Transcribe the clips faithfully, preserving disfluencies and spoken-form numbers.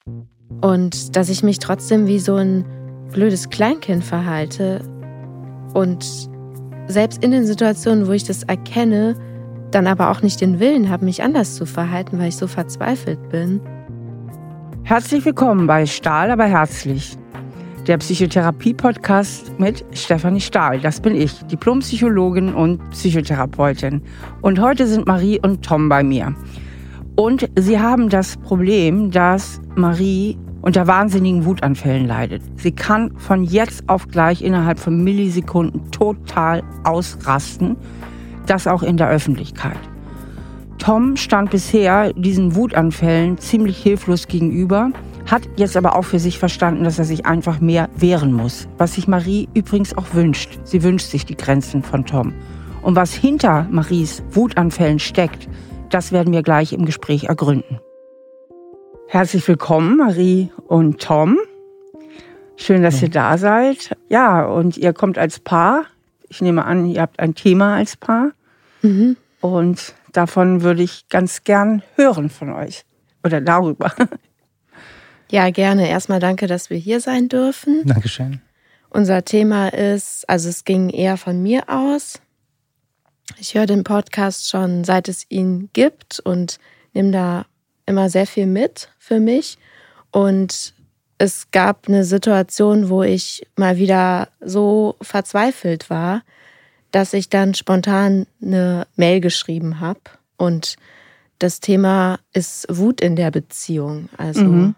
Und dass ich mich trotzdem wie so ein blödes Kleinkind verhalte. Und selbst in den Situationen, wo ich das erkenne, dann aber auch nicht den Willen habe, mich anders zu verhalten, weil ich so verzweifelt bin. Herzlich willkommen bei Stahl, aber herzlich. Der Psychotherapie-Podcast mit Stefanie Stahl. Das bin ich, Diplompsychologin und Psychotherapeutin. Und heute sind Marie und Tom bei mir. Und sie haben das Problem, dass Marie unter wahnsinnigen Wutanfällen leidet. Sie kann von jetzt auf gleich innerhalb von Millisekunden total ausrasten. Das auch in der Öffentlichkeit. Tom stand bisher diesen Wutanfällen ziemlich hilflos gegenüber, hat jetzt aber auch für sich verstanden, dass er sich einfach mehr wehren muss. Was sich Marie übrigens auch wünscht. Sie wünscht sich die Grenzen von Tom. Und was hinter Maries Wutanfällen steckt, das werden wir gleich im Gespräch ergründen. Herzlich willkommen, Marie und Tom. Schön, dass ihr da seid. Ja, und ihr kommt als Paar. Ich nehme an, ihr habt ein Thema als Paar. Mhm. Und davon würde ich ganz gern hören von euch. Oder darüber. Ja, gerne. Erstmal danke, dass wir hier sein dürfen. Dankeschön. Unser Thema ist, also es ging eher von mir aus. Ich höre den Podcast schon, seit es ihn gibt und nehme da immer sehr viel mit für mich. Und es gab eine Situation, wo ich mal wieder so verzweifelt war, dass ich dann spontan eine Mail geschrieben habe. Und das Thema ist Wut in der Beziehung. Also mhm.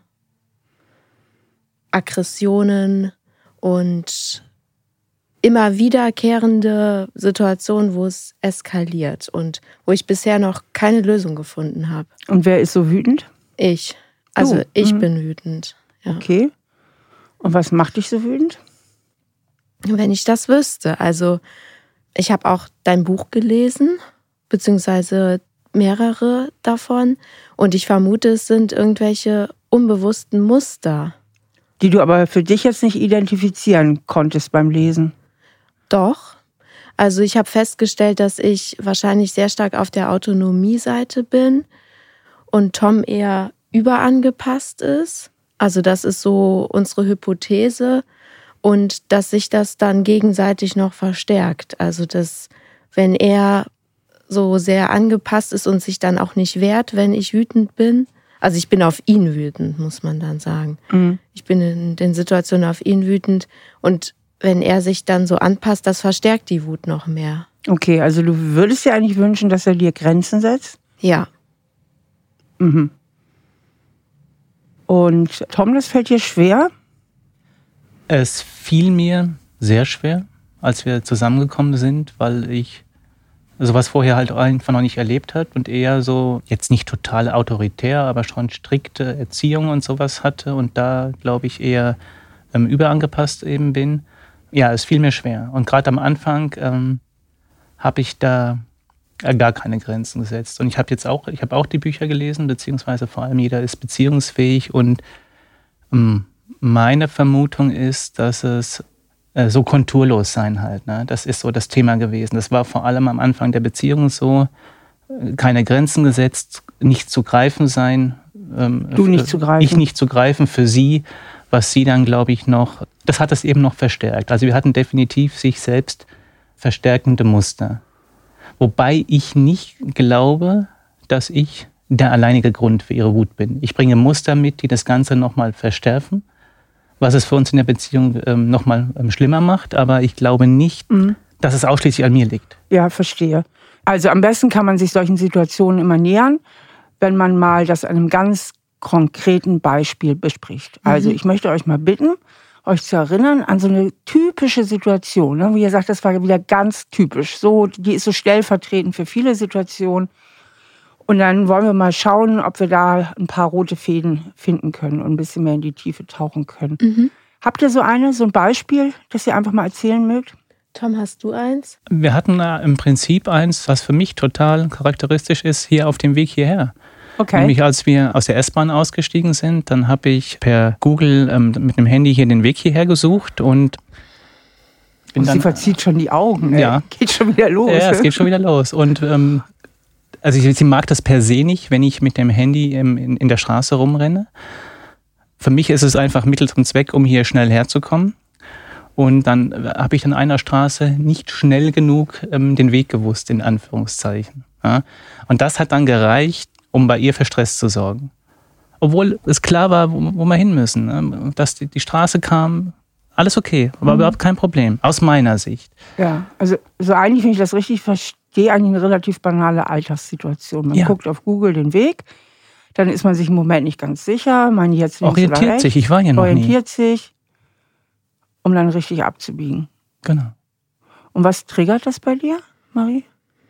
Aggressionen und immer wiederkehrende Situationen, wo es eskaliert und wo ich bisher noch keine Lösung gefunden habe. Und wer ist so wütend? Ich. Also du. ich mhm. bin wütend. Ja. Okay. Und was macht dich so wütend? Wenn ich das wüsste. Also ich habe auch dein Buch gelesen, beziehungsweise mehrere davon. Und ich vermute, es sind irgendwelche unbewussten Muster. Die du aber für dich jetzt nicht identifizieren konntest beim Lesen. Doch. Also ich habe festgestellt, dass ich wahrscheinlich sehr stark auf der Autonomie-Seite bin und Tom eher überangepasst ist. Also das ist so unsere Hypothese und dass sich das dann gegenseitig noch verstärkt. Also dass, wenn er so sehr angepasst ist und sich dann auch nicht wehrt, wenn ich wütend bin. Also ich bin auf ihn wütend, muss man dann sagen. Mhm. Ich bin in den Situationen auf ihn wütend und wenn er sich dann so anpasst, das verstärkt die Wut noch mehr. Okay, also du würdest dir eigentlich wünschen, dass er dir Grenzen setzt? Ja. Mhm. Und Tom, das fällt dir schwer? Es fiel mir sehr schwer, als wir zusammengekommen sind, weil ich sowas vorher halt einfach noch nicht erlebt habe und eher so, jetzt nicht total autoritär, aber schon strikte Erziehung und sowas hatte und da, glaube ich, eher ähm, überangepasst eben bin. Ja, es fiel mir schwer. Und gerade am Anfang ähm, habe ich da äh, gar keine Grenzen gesetzt. Und ich habe jetzt auch, ich habe auch die Bücher gelesen, beziehungsweise vor allem Jeder ist beziehungsfähig. Und ähm, meine Vermutung ist, dass es äh, so konturlos sein halt. Ne? Das ist so das Thema gewesen. Das war vor allem am Anfang der Beziehung so, äh, keine Grenzen gesetzt, nicht zu greifen sein. Ähm, du nicht zu greifen. Ich nicht zu greifen für sie. Was sie dann, glaube ich, noch, das hat es eben noch verstärkt. Also wir hatten definitiv sich selbst verstärkende Muster. Wobei ich nicht glaube, dass ich der alleinige Grund für ihre Wut bin. Ich bringe Muster mit, die das Ganze nochmal verstärken, was es für uns in der Beziehung ähm, nochmal ähm, schlimmer macht. Aber ich glaube nicht, mhm. dass es ausschließlich an mir liegt. Ja, verstehe. Also am besten kann man sich solchen Situationen immer nähern, wenn man mal das an einem ganz konkreten Beispiel bespricht. Also ich möchte euch mal bitten, euch zu erinnern an so eine typische Situation. Ne? Wie ihr sagt, das war wieder ganz typisch. So, die ist so stellvertretend für viele Situationen. Und dann wollen wir mal schauen, ob wir da ein paar rote Fäden finden können und ein bisschen mehr in die Tiefe tauchen können. Mhm. Habt ihr so eine, so ein Beispiel, das ihr einfach mal erzählen mögt? Tom, hast du eins? Wir hatten äh, im Prinzip eins, was für mich total charakteristisch ist, hier auf dem Weg hierher. Okay. Nämlich als wir aus der S-Bahn ausgestiegen sind, dann habe ich per Google ähm, mit dem Handy hier den Weg hierher gesucht und bin und dann... Sie verzieht schon die Augen, ey. Ja. Geht schon wieder los. Ja, es geht schon wieder los. Und ähm, also sie mag das per se nicht, wenn ich mit dem Handy im, in, in der Straße rumrenne. für mich ist es einfach Mittel zum Zweck, um hier schnell herzukommen. Und dann habe ich an einer Straße nicht schnell genug ähm, den Weg gewusst, in Anführungszeichen. Ja? Und das hat dann gereicht, um bei ihr für Stress zu sorgen. Obwohl es klar war, wo, wo wir hin müssen. Ne? Dass die, die Straße kam, alles okay, war mhm. überhaupt kein Problem, aus meiner Sicht. Ja, also so eigentlich, wenn ich das richtig verstehe, eigentlich eine relativ banale Alltagssituation. Man ja. guckt auf Google den Weg, dann ist man sich im Moment nicht ganz sicher, man jetzt links orientiert oder rechts, sich, ich war hier noch orientiert nie. sich, um dann richtig abzubiegen. Genau. Und was triggert das bei dir, Marie?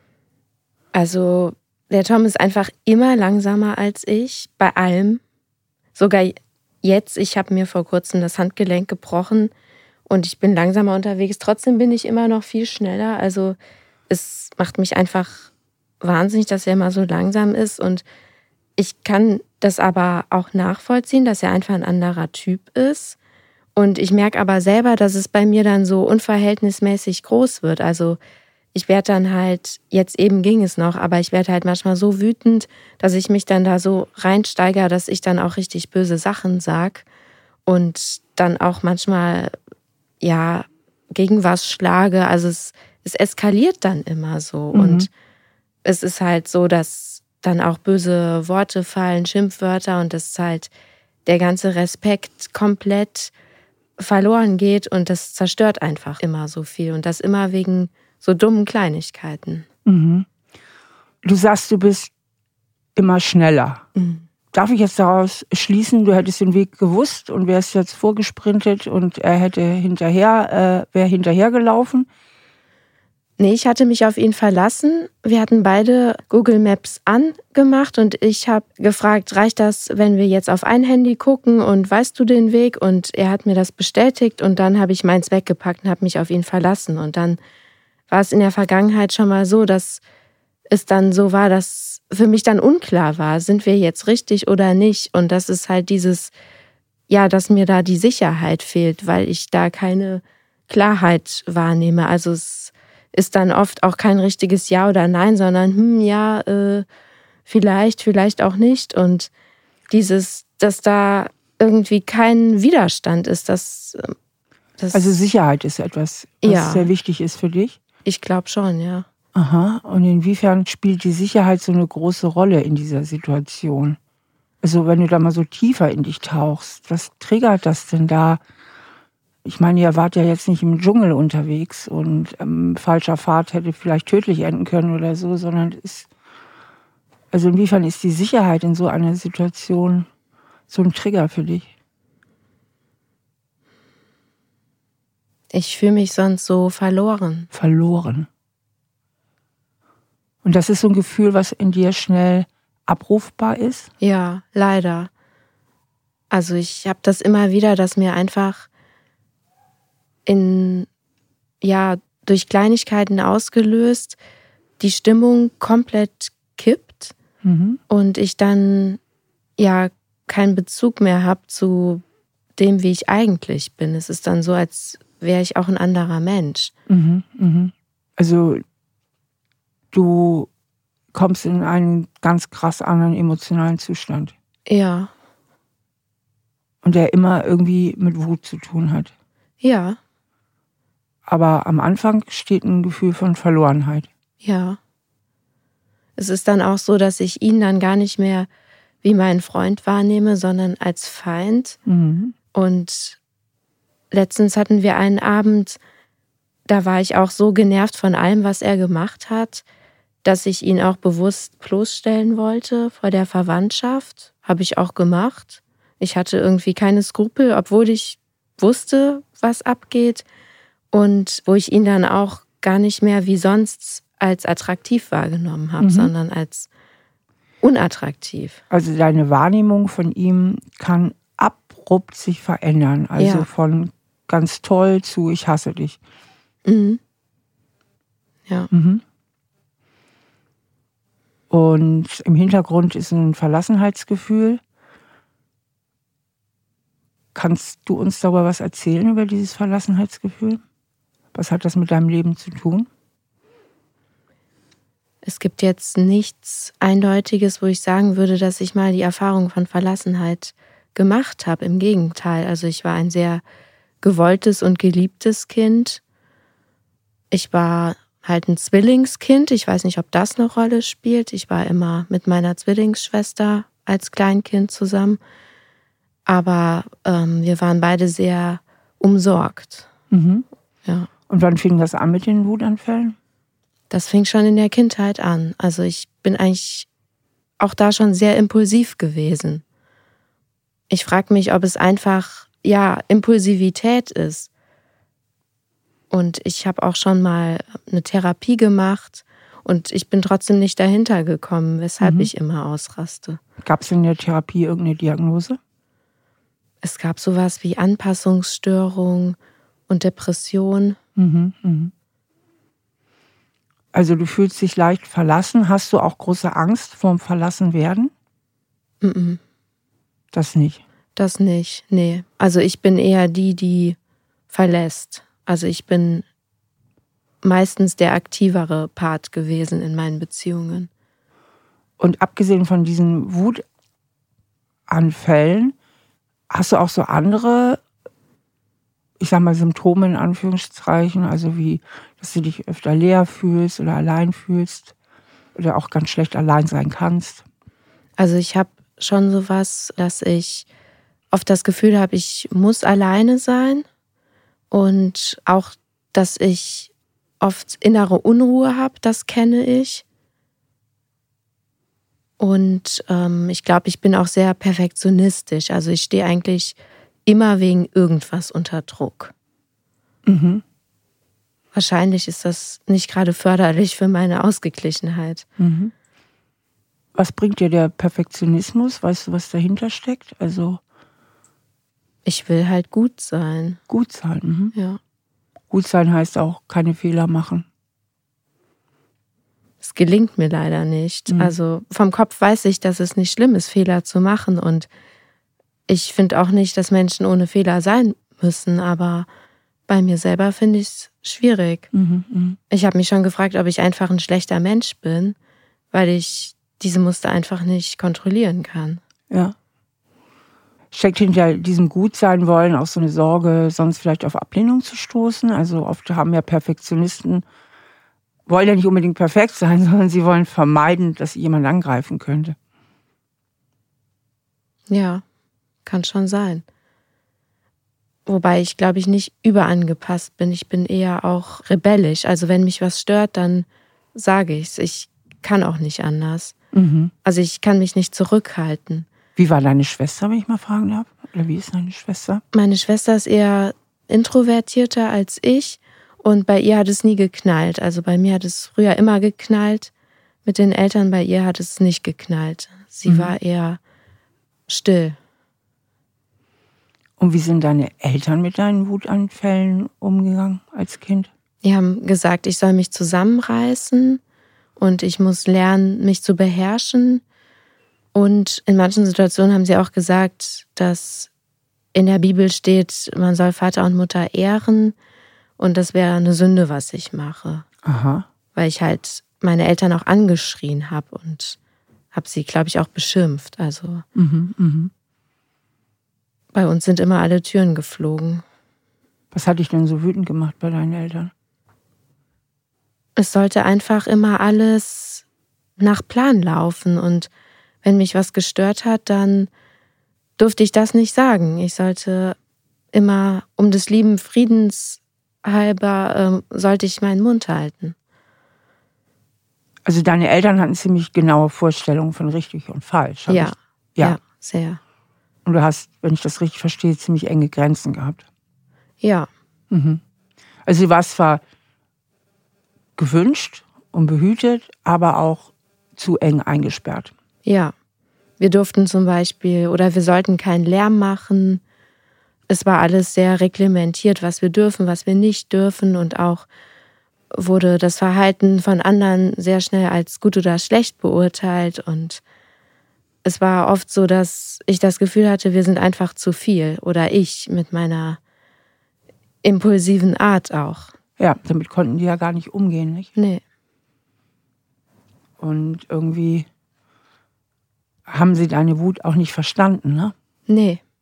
Also der Tom ist einfach immer langsamer als ich, bei allem. Sogar jetzt, ich habe mir vor kurzem das Handgelenk gebrochen und ich bin langsamer unterwegs. Trotzdem bin ich immer noch viel schneller. Also es macht mich einfach wahnsinnig, dass er immer so langsam ist. Und ich kann das aber auch nachvollziehen, dass er einfach ein anderer Typ ist. Und ich merke aber selber, dass es bei mir dann so unverhältnismäßig groß wird. Also ich werde dann halt, jetzt eben ging es noch, aber ich werde halt manchmal so wütend, dass ich mich dann da so reinsteigere, dass ich dann auch richtig böse Sachen sag und dann auch manchmal, ja, gegen was schlage. Also es, es eskaliert dann immer so. Mhm. Und es ist halt so, dass dann auch böse Worte fallen, Schimpfwörter und das ist halt der ganze Respekt komplett verloren geht und das zerstört einfach immer so viel und das immer wegen so dummen Kleinigkeiten. Mhm. Du sagst, du bist immer schneller. Mhm. Darf ich jetzt daraus schließen, du hättest den Weg gewusst und wärst jetzt vorgesprintet und er hätte hinterher, äh, wäre hinterhergelaufen? Nee, ich hatte mich auf ihn verlassen. Wir hatten beide Google Maps angemacht und ich habe gefragt, reicht das, wenn wir jetzt auf ein Handy gucken und weißt du den Weg? Und er hat mir das bestätigt und dann habe ich meins weggepackt und habe mich auf ihn verlassen. Und dann war es in der Vergangenheit schon mal so, dass es dann so war, dass für mich dann unklar war, sind wir jetzt richtig oder nicht? Und das ist halt dieses, ja, dass mir da die Sicherheit fehlt, weil ich da keine Klarheit wahrnehme. Also es ist dann oft auch kein richtiges Ja oder Nein, sondern hm, ja, äh, vielleicht, vielleicht auch nicht. Und dieses, dass da irgendwie kein Widerstand ist, das, das also Sicherheit ist etwas, was ja. sehr wichtig ist für dich? Ich glaube schon, ja. Aha, und inwiefern spielt die Sicherheit so eine große Rolle in dieser Situation? Also wenn du da mal so tiefer in dich tauchst, was triggert das denn da? Ich meine, ihr wart ja jetzt nicht im Dschungel unterwegs und ähm, falscher Fahrt hätte vielleicht tödlich enden können oder so, sondern ist, also inwiefern ist die Sicherheit in so einer Situation so ein Trigger für dich? Ich fühle mich sonst so verloren. Verloren. Und das ist so ein Gefühl, was in dir schnell abrufbar ist? Ja, leider. Also ich habe das immer wieder, dass mir einfach in, ja, durch Kleinigkeiten ausgelöst, die Stimmung komplett kippt mhm. und ich dann ja keinen Bezug mehr habe zu dem, wie ich eigentlich bin. Es ist dann so, als wäre ich auch ein anderer Mensch. Mhm, mhm. Also du kommst in einen ganz krass anderen emotionalen Zustand. Ja. Und der immer irgendwie mit Wut zu tun hat. Ja. Aber am Anfang steht ein Gefühl von Verlorenheit. Ja. Es ist dann auch so, dass ich ihn dann gar nicht mehr wie meinen Freund wahrnehme, sondern als Feind. Mhm. Und letztens hatten wir einen Abend, da war ich auch so genervt von allem, was er gemacht hat, dass ich ihn auch bewusst bloßstellen wollte vor der Verwandtschaft. Habe ich auch gemacht. Ich hatte irgendwie keine Skrupel, obwohl ich wusste, was abgeht. Und wo ich ihn dann auch gar nicht mehr wie sonst als attraktiv wahrgenommen habe, mhm. sondern als unattraktiv. Also deine Wahrnehmung von ihm kann abrupt sich verändern. Also ja. von ganz toll zu ich hasse dich. Mhm. Ja. Mhm. Und im Hintergrund ist ein Verlassenheitsgefühl. Kannst du uns darüber was erzählen, über dieses Verlassenheitsgefühl? Was hat das mit deinem Leben zu tun? Es gibt jetzt nichts Eindeutiges, wo ich sagen würde, dass ich mal die Erfahrung von Verlassenheit gemacht habe. Im Gegenteil, also ich war ein sehr gewolltes und geliebtes Kind. Ich war halt ein Zwillingskind. Ich weiß nicht, ob das eine Rolle spielt. Ich war immer mit meiner Zwillingsschwester als Kleinkind zusammen. Aber ähm, wir waren beide sehr umsorgt. Mhm. Ja. Und wann fing das an mit den Wutanfällen? Das fing schon in der Kindheit an. Also ich bin eigentlich auch da schon sehr impulsiv gewesen. Ich frage mich, ob es einfach, ja, Impulsivität ist. Und ich habe auch schon mal eine Therapie gemacht und ich bin trotzdem nicht dahinter gekommen, weshalb mhm. ich immer ausraste. Gab es in der Therapie irgendeine Diagnose? Es gab sowas wie Anpassungsstörung und Depression. Mhm, mhm. Also du fühlst dich leicht verlassen. Hast du auch große Angst vorm Verlassenwerden? Mhm. Das nicht? Das nicht, nee. Also ich bin eher die, die verlässt. Also ich bin meistens der aktivere Part gewesen in meinen Beziehungen. Und abgesehen von diesen Wutanfällen, hast du auch so andere, ich sag mal, Symptome in Anführungszeichen, also wie, dass du dich öfter leer fühlst oder allein fühlst oder auch ganz schlecht allein sein kannst? Also ich habe schon sowas, dass ich oft das Gefühl habe, ich muss alleine sein und auch, dass ich oft innere Unruhe habe, das kenne ich. Und ähm, ich glaube, ich bin auch sehr perfektionistisch. Also ich stehe eigentlich immer wegen irgendwas unter Druck. Mhm. Wahrscheinlich ist das nicht gerade förderlich für meine Ausgeglichenheit. Mhm. Was bringt dir der Perfektionismus? Weißt du, was dahinter steckt? Also ich will halt gut sein. Gut sein, mhm. Ja. Gut sein heißt auch keine Fehler machen. Es gelingt mir leider nicht. Mhm. Also vom Kopf weiß ich, dass es nicht schlimm ist, Fehler zu machen. Und ich finde auch nicht, dass Menschen ohne Fehler sein müssen. Aber bei mir selber finde ich es schwierig. Mhm, mh. Ich habe mich schon gefragt, ob ich einfach ein schlechter Mensch bin, weil ich diese Muster einfach nicht kontrollieren kann. Ja. Steckt hinter diesem Gutsein-Wollen auch so eine Sorge, sonst vielleicht auf Ablehnung zu stoßen? Also oft haben ja Perfektionisten, wollen ja nicht unbedingt perfekt sein, sondern sie wollen vermeiden, dass jemand angreifen könnte. Ja, kann schon sein. Wobei ich, glaube ich, nicht überangepasst bin. Ich bin eher auch rebellisch. Also wenn mich was stört, dann sage ich es. Ich kann auch nicht anders. Mhm. Also ich kann mich nicht zurückhalten. Wie war deine Schwester, wenn ich mal fragen darf? Oder wie ist deine Schwester? Meine Schwester ist eher introvertierter als ich und bei ihr hat es nie geknallt. Also bei mir hat es früher immer geknallt. Mit den Eltern, bei ihr hat es nicht geknallt. Sie mhm. war eher still. Und wie sind deine Eltern mit deinen Wutanfällen umgegangen als Kind? Die haben gesagt, ich soll mich zusammenreißen und ich muss lernen, mich zu beherrschen. Und in manchen Situationen haben sie auch gesagt, dass in der Bibel steht, man soll Vater und Mutter ehren und das wäre eine Sünde, was ich mache. Aha. Weil ich halt meine Eltern auch angeschrien habe und habe sie, glaube ich, auch beschimpft. Also mhm, mh. Bei uns sind immer alle Türen geflogen. Was hat dich denn so wütend gemacht bei deinen Eltern? Es sollte einfach immer alles nach Plan laufen und wenn mich was gestört hat, dann durfte ich das nicht sagen. Ich sollte immer um des lieben Friedens halber, äh, sollte ich meinen Mund halten. Also deine Eltern hatten ziemlich genaue Vorstellungen von richtig und falsch. Ja, ich, ja, ja, sehr. Und du hast, wenn ich das richtig verstehe, ziemlich enge Grenzen gehabt. Ja. Mhm. Also du warst zwar gewünscht und behütet, aber auch zu eng eingesperrt. Ja, wir durften zum Beispiel oder wir sollten keinen Lärm machen. Es war alles sehr reglementiert, was wir dürfen, was wir nicht dürfen. Und auch wurde das Verhalten von anderen sehr schnell als gut oder schlecht beurteilt. Und es war oft so, dass ich das Gefühl hatte, wir sind einfach zu viel. Oder ich mit meiner impulsiven Art auch. Ja, damit konnten die ja gar nicht umgehen, nicht? Nee. Und irgendwie haben sie deine Wut auch nicht verstanden, ne? Nee.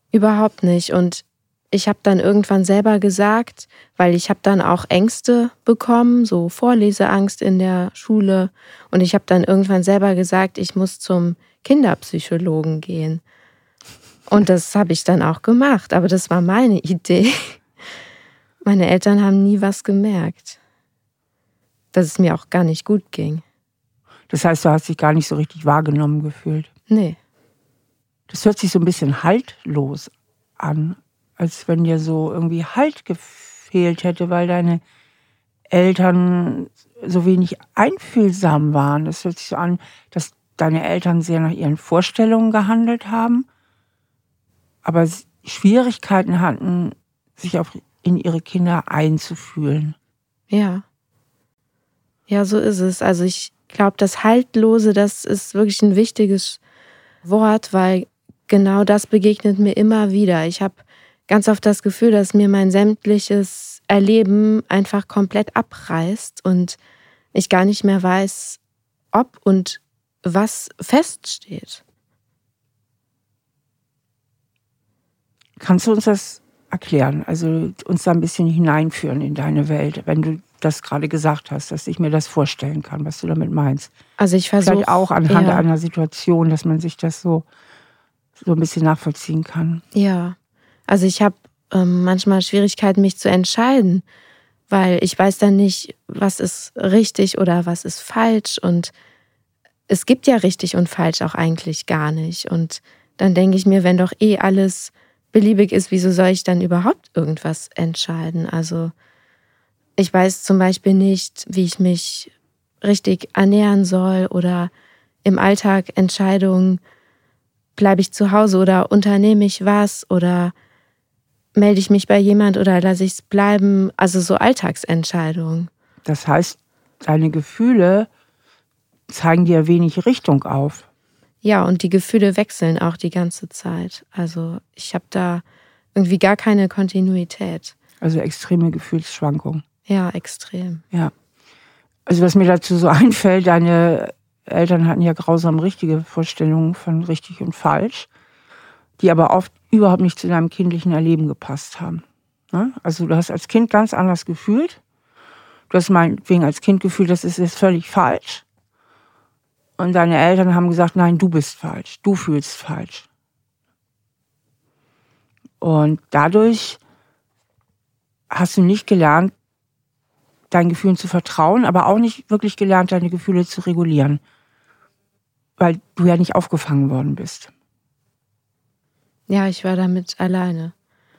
Überhaupt nicht. Und ich habe dann irgendwann selber gesagt, weil ich habe dann auch Ängste bekommen, so Vorleseangst in der Schule. Und ich habe dann irgendwann selber gesagt, ich muss zum Kinderpsychologen gehen. Und das habe ich dann auch gemacht. Aber das war meine Idee. Meine Eltern haben nie was gemerkt, dass es mir auch gar nicht gut ging. Das heißt, du hast dich gar nicht so richtig wahrgenommen gefühlt? Nee. Das hört sich so ein bisschen haltlos an, als wenn dir so irgendwie Halt gefehlt hätte, weil deine Eltern so wenig einfühlsam waren. Das hört sich so an, dass deine Eltern sehr nach ihren Vorstellungen gehandelt haben, aber Schwierigkeiten hatten, sich auf, in ihre Kinder einzufühlen. Ja. Ja, so ist es. Also ich glaube, das Haltlose, das ist wirklich ein wichtiges Wort, weil genau das begegnet mir immer wieder. Ich habe ganz oft das Gefühl, dass mir mein sämtliches Erleben einfach komplett abreißt und ich gar nicht mehr weiß, ob und was feststeht. Kannst du uns das erklären? Also uns da ein bisschen hineinführen in deine Welt, wenn du das gerade gesagt hast, dass ich mir das vorstellen kann, was du damit meinst. Also ich versuche vielleicht auch anhand ja. einer Situation, dass man sich das so, so ein bisschen nachvollziehen kann. Ja, also ich habe ähm, manchmal Schwierigkeiten, mich zu entscheiden, weil ich weiß dann nicht, was ist richtig oder was ist falsch und es gibt ja richtig und falsch auch eigentlich gar nicht. Und dann denke ich mir, wenn doch eh alles beliebig ist, wieso soll ich dann überhaupt irgendwas entscheiden? Also ich weiß zum Beispiel nicht, wie ich mich richtig ernähren soll oder im Alltag Entscheidungen, bleibe ich zu Hause oder unternehme ich was oder melde ich mich bei jemand oder lasse ich es bleiben? Also so Alltagsentscheidungen. Das heißt, deine Gefühle zeigen dir wenig Richtung auf. Ja, und die Gefühle wechseln auch die ganze Zeit. Also ich habe da irgendwie gar keine Kontinuität. Also extreme Gefühlsschwankungen. Ja, extrem. Ja. Also was mir dazu so einfällt, deine Eltern hatten ja grausam richtige Vorstellungen von richtig und falsch, die aber oft überhaupt nicht zu deinem kindlichen Erleben gepasst haben. Also du hast als Kind ganz anders gefühlt. Du hast meinetwegen als Kind gefühlt, das ist jetzt völlig falsch. Und deine Eltern haben gesagt, nein, du bist falsch, du fühlst falsch. Und dadurch hast du nicht gelernt, deinen Gefühlen zu vertrauen, aber auch nicht wirklich gelernt, deine Gefühle zu regulieren. Weil du ja nicht aufgefangen worden bist. Ja, ich war damit alleine.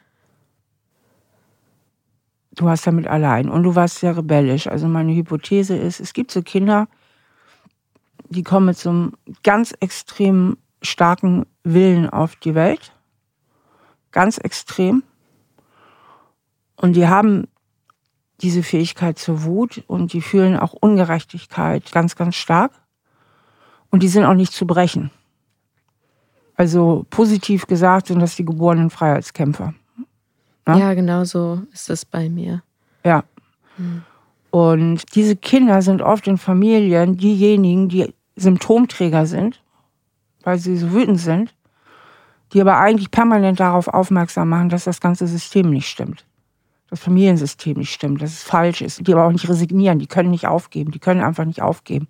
Du warst damit allein und du warst sehr rebellisch. Also meine Hypothese ist, es gibt so Kinder, die kommen mit so einem ganz extrem starken Willen auf die Welt. Ganz extrem. Und die haben diese Fähigkeit zur Wut und die fühlen auch Ungerechtigkeit ganz, ganz stark. Und die sind auch nicht zu brechen. Also positiv gesagt sind das die geborenen Freiheitskämpfer. Ja, ja, genau so ist es bei mir. Ja. Hm. Und diese Kinder sind oft in Familien diejenigen, die Symptomträger sind, weil sie so wütend sind, die aber eigentlich permanent darauf aufmerksam machen, dass das ganze System nicht stimmt. Das Familiensystem nicht stimmt, dass es falsch ist. Die aber auch nicht resignieren, die können nicht aufgeben, die können einfach nicht aufgeben.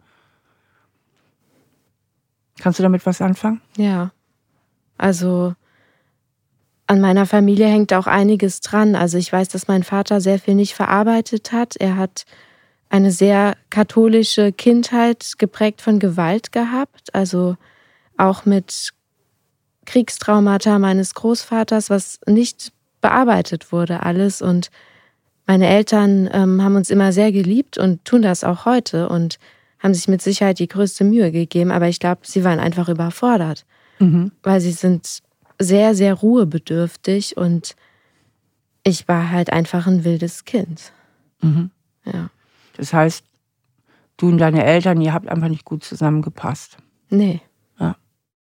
Kannst du damit was anfangen? Ja, also an meiner Familie hängt auch einiges dran. Also ich weiß, dass mein Vater sehr viel nicht verarbeitet hat. Er hat eine sehr katholische Kindheit geprägt von Gewalt gehabt. Also auch mit Kriegstraumata meines Großvaters, was nicht bearbeitet wurde alles. Und meine Eltern ähm, haben uns immer sehr geliebt und tun das auch heute und haben sich mit Sicherheit die größte Mühe gegeben. Aber ich glaube, sie waren einfach überfordert, mhm. weil sie sind sehr, sehr ruhebedürftig und ich war halt einfach ein wildes Kind. Mhm. Ja. Das heißt, du und deine Eltern, ihr habt einfach nicht gut zusammengepasst. Nee. Ja.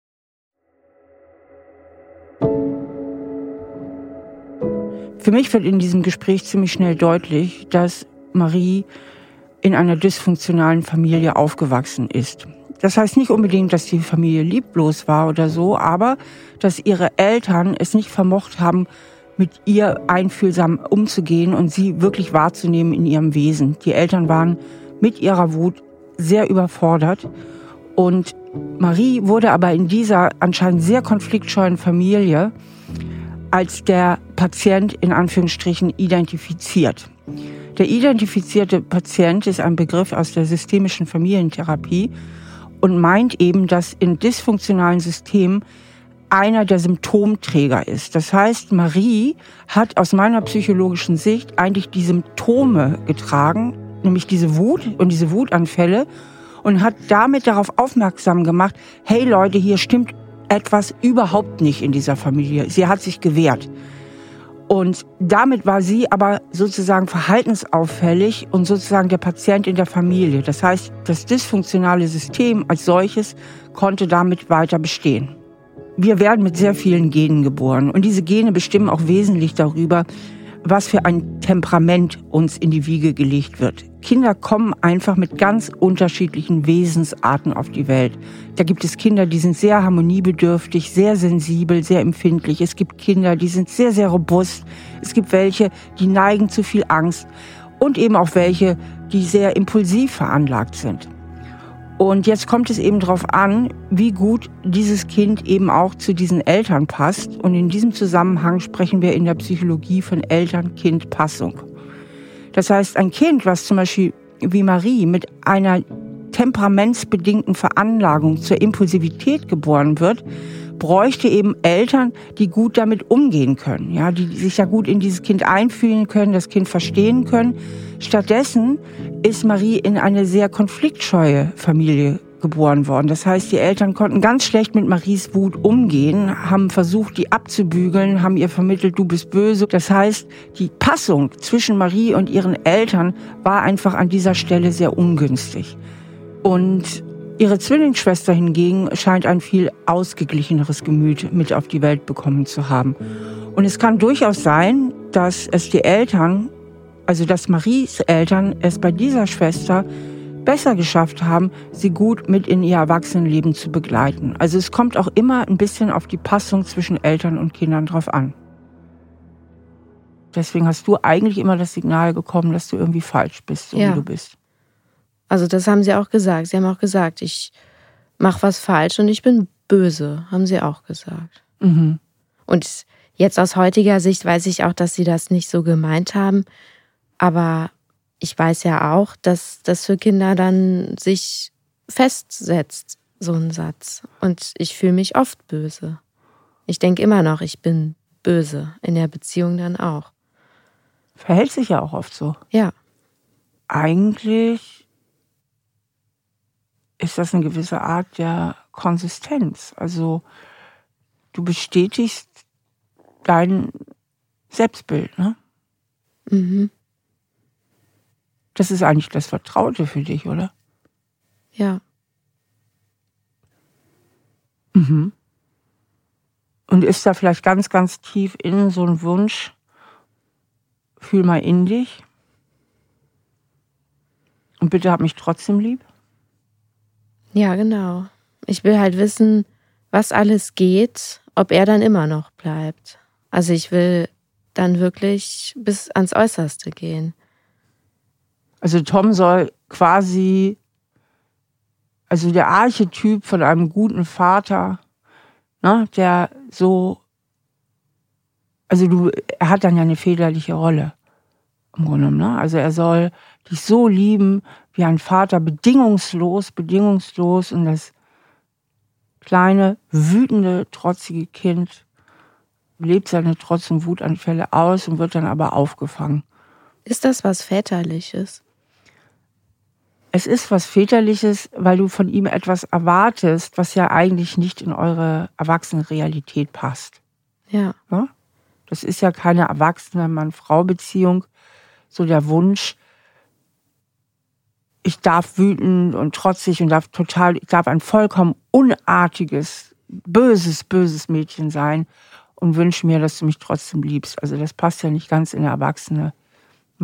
Für mich wird in diesem Gespräch ziemlich schnell deutlich, dass Marie in einer dysfunktionalen Familie aufgewachsen ist. Das heißt nicht unbedingt, dass die Familie lieblos war oder so, aber dass ihre Eltern es nicht vermocht haben, mit ihr einfühlsam umzugehen und sie wirklich wahrzunehmen in ihrem Wesen. Die Eltern waren mit ihrer Wut sehr überfordert. Und Marie wurde aber in dieser anscheinend sehr konfliktscheuen Familie als der Patient in Anführungsstrichen identifiziert. Der identifizierte Patient ist ein Begriff aus der systemischen Familientherapie und meint eben, dass in dysfunktionalen Systemen einer der Symptomträger ist. Das heißt, Marie hat aus meiner psychologischen Sicht eigentlich die Symptome getragen, nämlich diese Wut und diese Wutanfälle, und hat damit darauf aufmerksam gemacht, hey Leute, hier stimmt etwas überhaupt nicht in dieser Familie. Sie hat sich gewehrt. Und damit war sie aber sozusagen verhaltensauffällig und sozusagen der Patient in der Familie. Das heißt, das dysfunktionale System als solches konnte damit weiter bestehen. Wir werden mit sehr vielen Genen geboren und diese Gene bestimmen auch wesentlich darüber, was für ein Temperament uns in die Wiege gelegt wird. Kinder kommen einfach mit ganz unterschiedlichen Wesensarten auf die Welt. Da gibt es Kinder, die sind sehr harmoniebedürftig, sehr sensibel, sehr empfindlich. Es gibt Kinder, die sind sehr, sehr robust. Es gibt welche, die neigen zu viel Angst und eben auch welche, die sehr impulsiv veranlagt sind. Und jetzt kommt es eben darauf an, wie gut dieses Kind eben auch zu diesen Eltern passt. Und in diesem Zusammenhang sprechen wir in der Psychologie von Eltern-Kind-Passung. Das heißt, ein Kind, was zum Beispiel wie Marie mit einer temperamentsbedingten Veranlagung zur Impulsivität geboren wird, bräuchte eben Eltern, die gut damit umgehen können, ja, die sich ja gut in dieses Kind einfühlen können, das Kind verstehen können. Stattdessen ist Marie in eine sehr konfliktscheue Familie geboren worden. Das heißt, die Eltern konnten ganz schlecht mit Maries Wut umgehen, haben versucht, die abzubügeln, haben ihr vermittelt, du bist böse. Das heißt, die Passung zwischen Marie und ihren Eltern war einfach an dieser Stelle sehr ungünstig. Und ihre Zwillingsschwester hingegen scheint ein viel ausgeglicheneres Gemüt mit auf die Welt bekommen zu haben. Und es kann durchaus sein, dass es die Eltern, also dass Maries Eltern es bei dieser Schwester besser geschafft haben, sie gut mit in ihr Erwachsenenleben zu begleiten. Also es kommt auch immer ein bisschen auf die Passung zwischen Eltern und Kindern drauf an. Deswegen hast du eigentlich immer das Signal bekommen, dass du irgendwie falsch bist, so ja. wie du bist. Also das haben sie auch gesagt. Sie haben auch gesagt, ich mache was falsch und ich bin böse, haben sie auch gesagt. Mhm. Und jetzt aus heutiger Sicht weiß ich auch, dass sie das nicht so gemeint haben. Aber ich weiß ja auch, dass das für Kinder dann sich festsetzt, so ein Satz. Und ich fühle mich oft böse. Ich denke immer noch, ich bin böse. In der Beziehung dann auch. Verhält sich ja auch oft so. Ja. Eigentlich ist das eine gewisse Art der Konsistenz. Also du bestätigst dein Selbstbild, ne? Mhm. Das ist eigentlich das Vertraute für dich, oder? Ja. Mhm. Und ist da vielleicht ganz, ganz tief innen so ein Wunsch, fühl mal in dich und bitte hab mich trotzdem lieb? Ja, genau. Ich will halt wissen, was alles geht, ob er dann immer noch bleibt. Also ich will dann wirklich bis ans Äußerste gehen. Also Tom soll quasi, also der Archetyp von einem guten Vater, ne, der so, also du, er hat dann ja eine väterliche Rolle im Grunde genommen, ne? Also er soll dich so lieben wie ein Vater, bedingungslos, bedingungslos, und das kleine, wütende, trotzige Kind lebt seine Trotz- und Wutanfälle aus und wird dann aber aufgefangen. Ist das was Väterliches? Es ist was Väterliches, weil du von ihm etwas erwartest, was ja eigentlich nicht in eure Erwachsenenrealität passt. Ja. Ja? Das ist ja keine erwachsene Mann-Frau-Beziehung. So der Wunsch, ich darf wütend und trotzig und darf total, ich darf ein vollkommen unartiges, böses, böses Mädchen sein und wünsche mir, dass du mich trotzdem liebst. Also das passt ja nicht ganz in eine erwachsene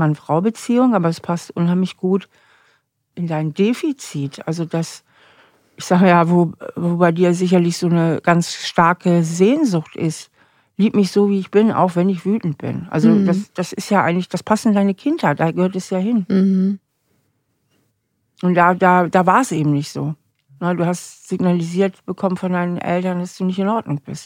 Mann-Frau-Beziehung, aber es passt unheimlich gut in dein Defizit. Also dass Ich sage ja, wo, wo bei dir sicherlich so eine ganz starke Sehnsucht ist. Lieb mich so, wie ich bin, auch wenn ich wütend bin. Also mhm. das, das ist ja eigentlich, das passt in deine Kindheit, da gehört es ja hin. Mhm. Und da, da, da war es eben nicht so. Na, du hast signalisiert bekommen von deinen Eltern, dass du nicht in Ordnung bist.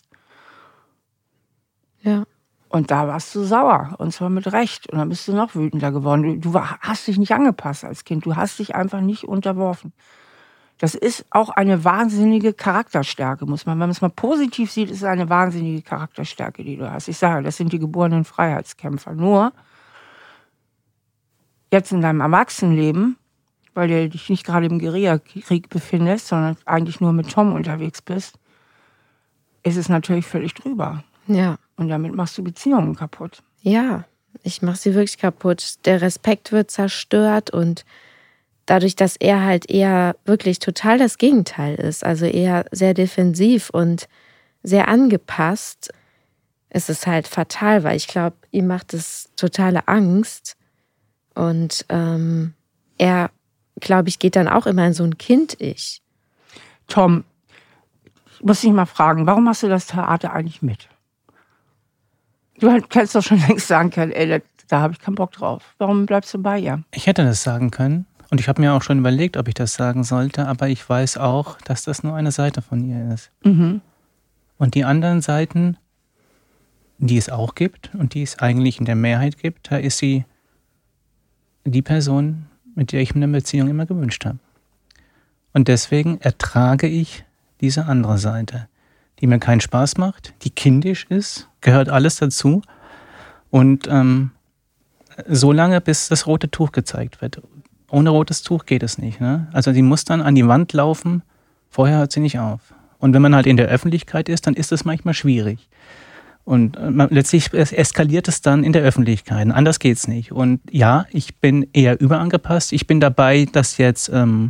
Ja. Und da warst du sauer, und zwar mit Recht. Und dann bist du noch wütender geworden. Du, du hast dich nicht angepasst als Kind, du hast dich einfach nicht unterworfen. Das ist auch eine wahnsinnige Charakterstärke, muss man, wenn man es mal positiv sieht, ist es eine wahnsinnige Charakterstärke, die du hast. Ich sage, das sind die geborenen Freiheitskämpfer. Nur, jetzt in deinem Erwachsenenleben, weil du dich nicht gerade im Guerillakrieg befindest, sondern eigentlich nur mit Tom unterwegs bist, ist es natürlich völlig drüber. Ja. Und damit machst du Beziehungen kaputt. Ja, ich mache sie wirklich kaputt. Der Respekt wird zerstört und dadurch, dass er halt eher wirklich total das Gegenteil ist, also eher sehr defensiv und sehr angepasst, ist es halt fatal, weil ich glaube, ihm macht es totale Angst. Und ähm, er, glaube ich, geht dann auch immer in so ein Kind-Ich. Tom, ich muss dich mal fragen, warum machst du das Theater eigentlich mit? Du hättest doch schon längst sagen können, ey, da habe ich keinen Bock drauf. Warum bleibst du bei ihr? Ich hätte das sagen können. Und ich habe mir auch schon überlegt, ob ich das sagen sollte, aber ich weiß auch, dass das nur eine Seite von ihr ist. Mhm. Und die anderen Seiten, die es auch gibt und die es eigentlich in der Mehrheit gibt, da ist sie die Person, mit der ich mir eine Beziehung immer gewünscht habe. Und deswegen ertrage ich diese andere Seite, die mir keinen Spaß macht, die kindisch ist, gehört alles dazu. Und ähm, so lange, bis das rote Tuch gezeigt wird. Ohne rotes Tuch geht es nicht. Ne? Also sie muss dann an die Wand laufen, vorher hört sie nicht auf. Und wenn man halt in der Öffentlichkeit ist, dann ist es manchmal schwierig. Und man, letztlich eskaliert es dann in der Öffentlichkeit. Anders geht's nicht. Und ja, ich bin eher überangepasst. Ich bin dabei, dass jetzt, ähm,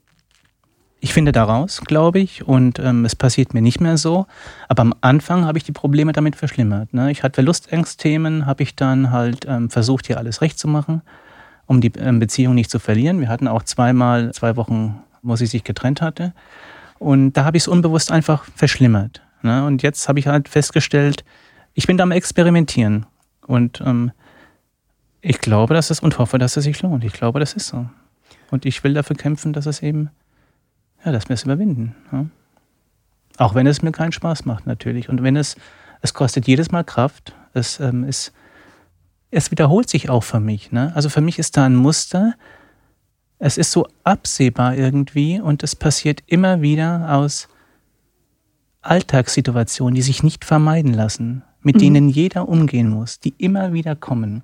ich finde da raus, glaube ich. Und ähm, es passiert mir nicht mehr so. Aber am Anfang habe ich die Probleme damit verschlimmert. Ne? Ich hatte Verlustangstthemen, habe ich dann halt ähm, versucht, hier alles recht zu machen, um die Beziehung nicht zu verlieren. Wir hatten auch zweimal, zwei Wochen, wo sie sich getrennt hatte. Und da habe ich es unbewusst einfach verschlimmert. Ne? Und jetzt habe ich halt festgestellt, ich bin da am Experimentieren. Und ähm, ich glaube, dass es und hoffe, dass es sich lohnt. Ich glaube, das ist so. Und ich will dafür kämpfen, dass es eben, ja, dass wir es überwinden. Ja? Auch wenn es mir keinen Spaß macht, natürlich. Und wenn es, es kostet jedes Mal Kraft. Es ähm, ist Es wiederholt sich auch für mich. Ne? Also für mich ist da ein Muster. Es ist so absehbar irgendwie und es passiert immer wieder aus Alltagssituationen, die sich nicht vermeiden lassen, mit mhm. denen jeder umgehen muss, die immer wieder kommen.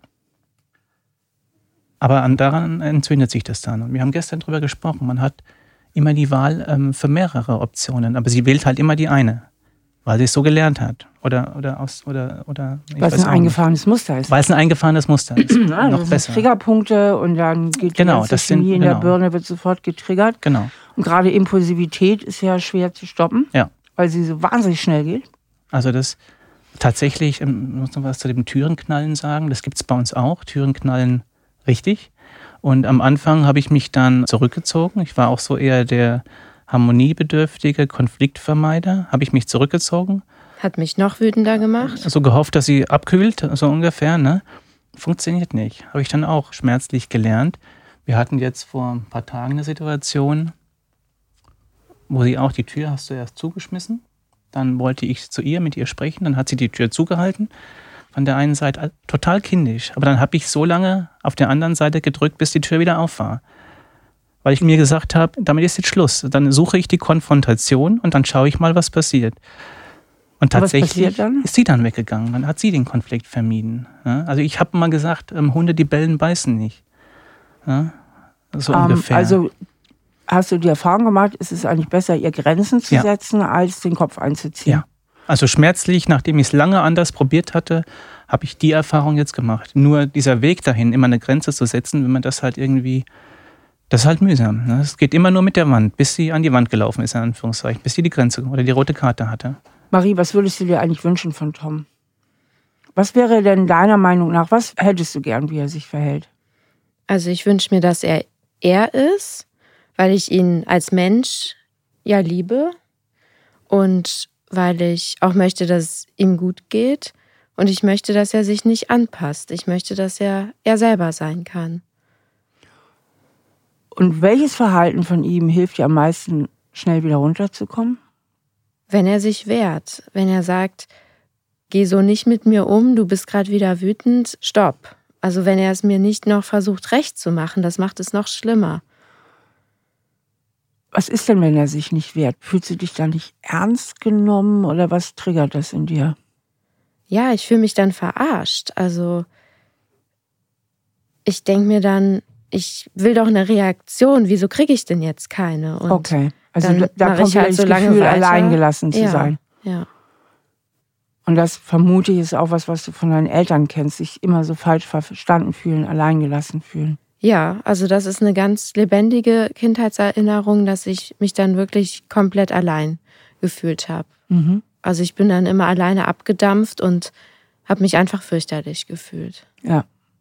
Aber an, daran entzündet sich das dann. Und wir haben gestern drüber gesprochen. Man hat immer die Wahl ähm, für mehrere Optionen, aber sie wählt halt immer die eine. Weil sie es so gelernt hat. Oder, oder aus, oder, oder. Weil es ein eingefahrenes nicht. Muster ist. Weil es ein eingefahrenes Muster ist. Ja, noch das besser. Triggerpunkte und dann geht genau, die das sind, Chemie in genau. der Birne wird sofort getriggert. Genau. Und gerade Impulsivität ist ja schwer zu stoppen. Ja. Weil sie so wahnsinnig schnell geht. Also das tatsächlich, ich muss noch was zu dem Türenknallen sagen. Das gibt es bei uns auch. Türenknallen richtig. Und am Anfang habe ich mich dann zurückgezogen. Ich war auch so eher der harmoniebedürftige Konfliktvermeider. Habe ich mich zurückgezogen. Hat mich noch wütender gemacht. So gehofft, dass sie abkühlt, so ungefähr. Ne? Funktioniert nicht. Habe ich dann auch schmerzlich gelernt. Wir hatten jetzt vor ein paar Tagen eine Situation, wo sie auch die Tür hast du erst zugeschmissen. Dann wollte ich zu ihr, mit ihr sprechen. Dann hat sie die Tür zugehalten. Von der einen Seite total kindisch. Aber dann habe ich so lange auf der anderen Seite gedrückt, bis die Tür wieder auf war. Weil ich mir gesagt habe, damit ist jetzt Schluss. Dann suche ich die Konfrontation und dann schaue ich mal, was passiert. Und tatsächlich ist sie dann weggegangen. Dann hat sie den Konflikt vermieden. Ja, also ich habe mal gesagt, ähm, Hunde, die bellen, beißen nicht. Ja, so um, ungefähr. Also hast du die Erfahrung gemacht, ist es eigentlich besser, ihr Grenzen zu ja. setzen, als den Kopf einzuziehen? Ja. Also schmerzlich, nachdem ich es lange anders probiert hatte, habe ich die Erfahrung jetzt gemacht. Nur dieser Weg dahin, immer eine Grenze zu setzen, wenn man das halt irgendwie, das ist halt mühsam. Ne? Es geht immer nur mit der Wand, bis sie an die Wand gelaufen ist, in Anführungszeichen, bis sie die Grenze oder die rote Karte hatte. Marie, was würdest du dir eigentlich wünschen von Tom? Was wäre denn deiner Meinung nach, was hättest du gern, wie er sich verhält? Also ich wünsche mir, dass er er ist, weil ich ihn als Mensch ja, Liebe und weil ich auch möchte, dass es ihm gut geht und ich möchte, dass er sich nicht anpasst. Ich möchte, dass er er selber sein kann. Und welches Verhalten von ihm hilft dir am meisten, schnell wieder runterzukommen? Wenn er sich wehrt, wenn er sagt, geh so nicht mit mir um, du bist gerade wieder wütend, stopp. Also wenn er es mir nicht noch versucht, recht zu machen, das macht es noch schlimmer. Was ist denn, wenn er sich nicht wehrt? Fühlst du dich da nicht ernst genommen oder was triggert das in dir? Ja, ich fühle mich dann verarscht. Also ich denke mir dann, ich will doch eine Reaktion, wieso kriege ich denn jetzt keine? Und okay, also dann da, da kommt ich halt das so lange Gefühl, weiter. allein gelassen zu ja, sein. Ja. Und das vermute ich ist auch was, was du von deinen Eltern kennst, sich immer so falsch verstanden fühlen, allein gelassen fühlen. Ja, also das ist eine ganz lebendige Kindheitserinnerung, dass ich mich dann wirklich komplett allein gefühlt habe. Mhm. Also ich bin dann immer alleine abgedampft und habe mich einfach fürchterlich gefühlt. Ja.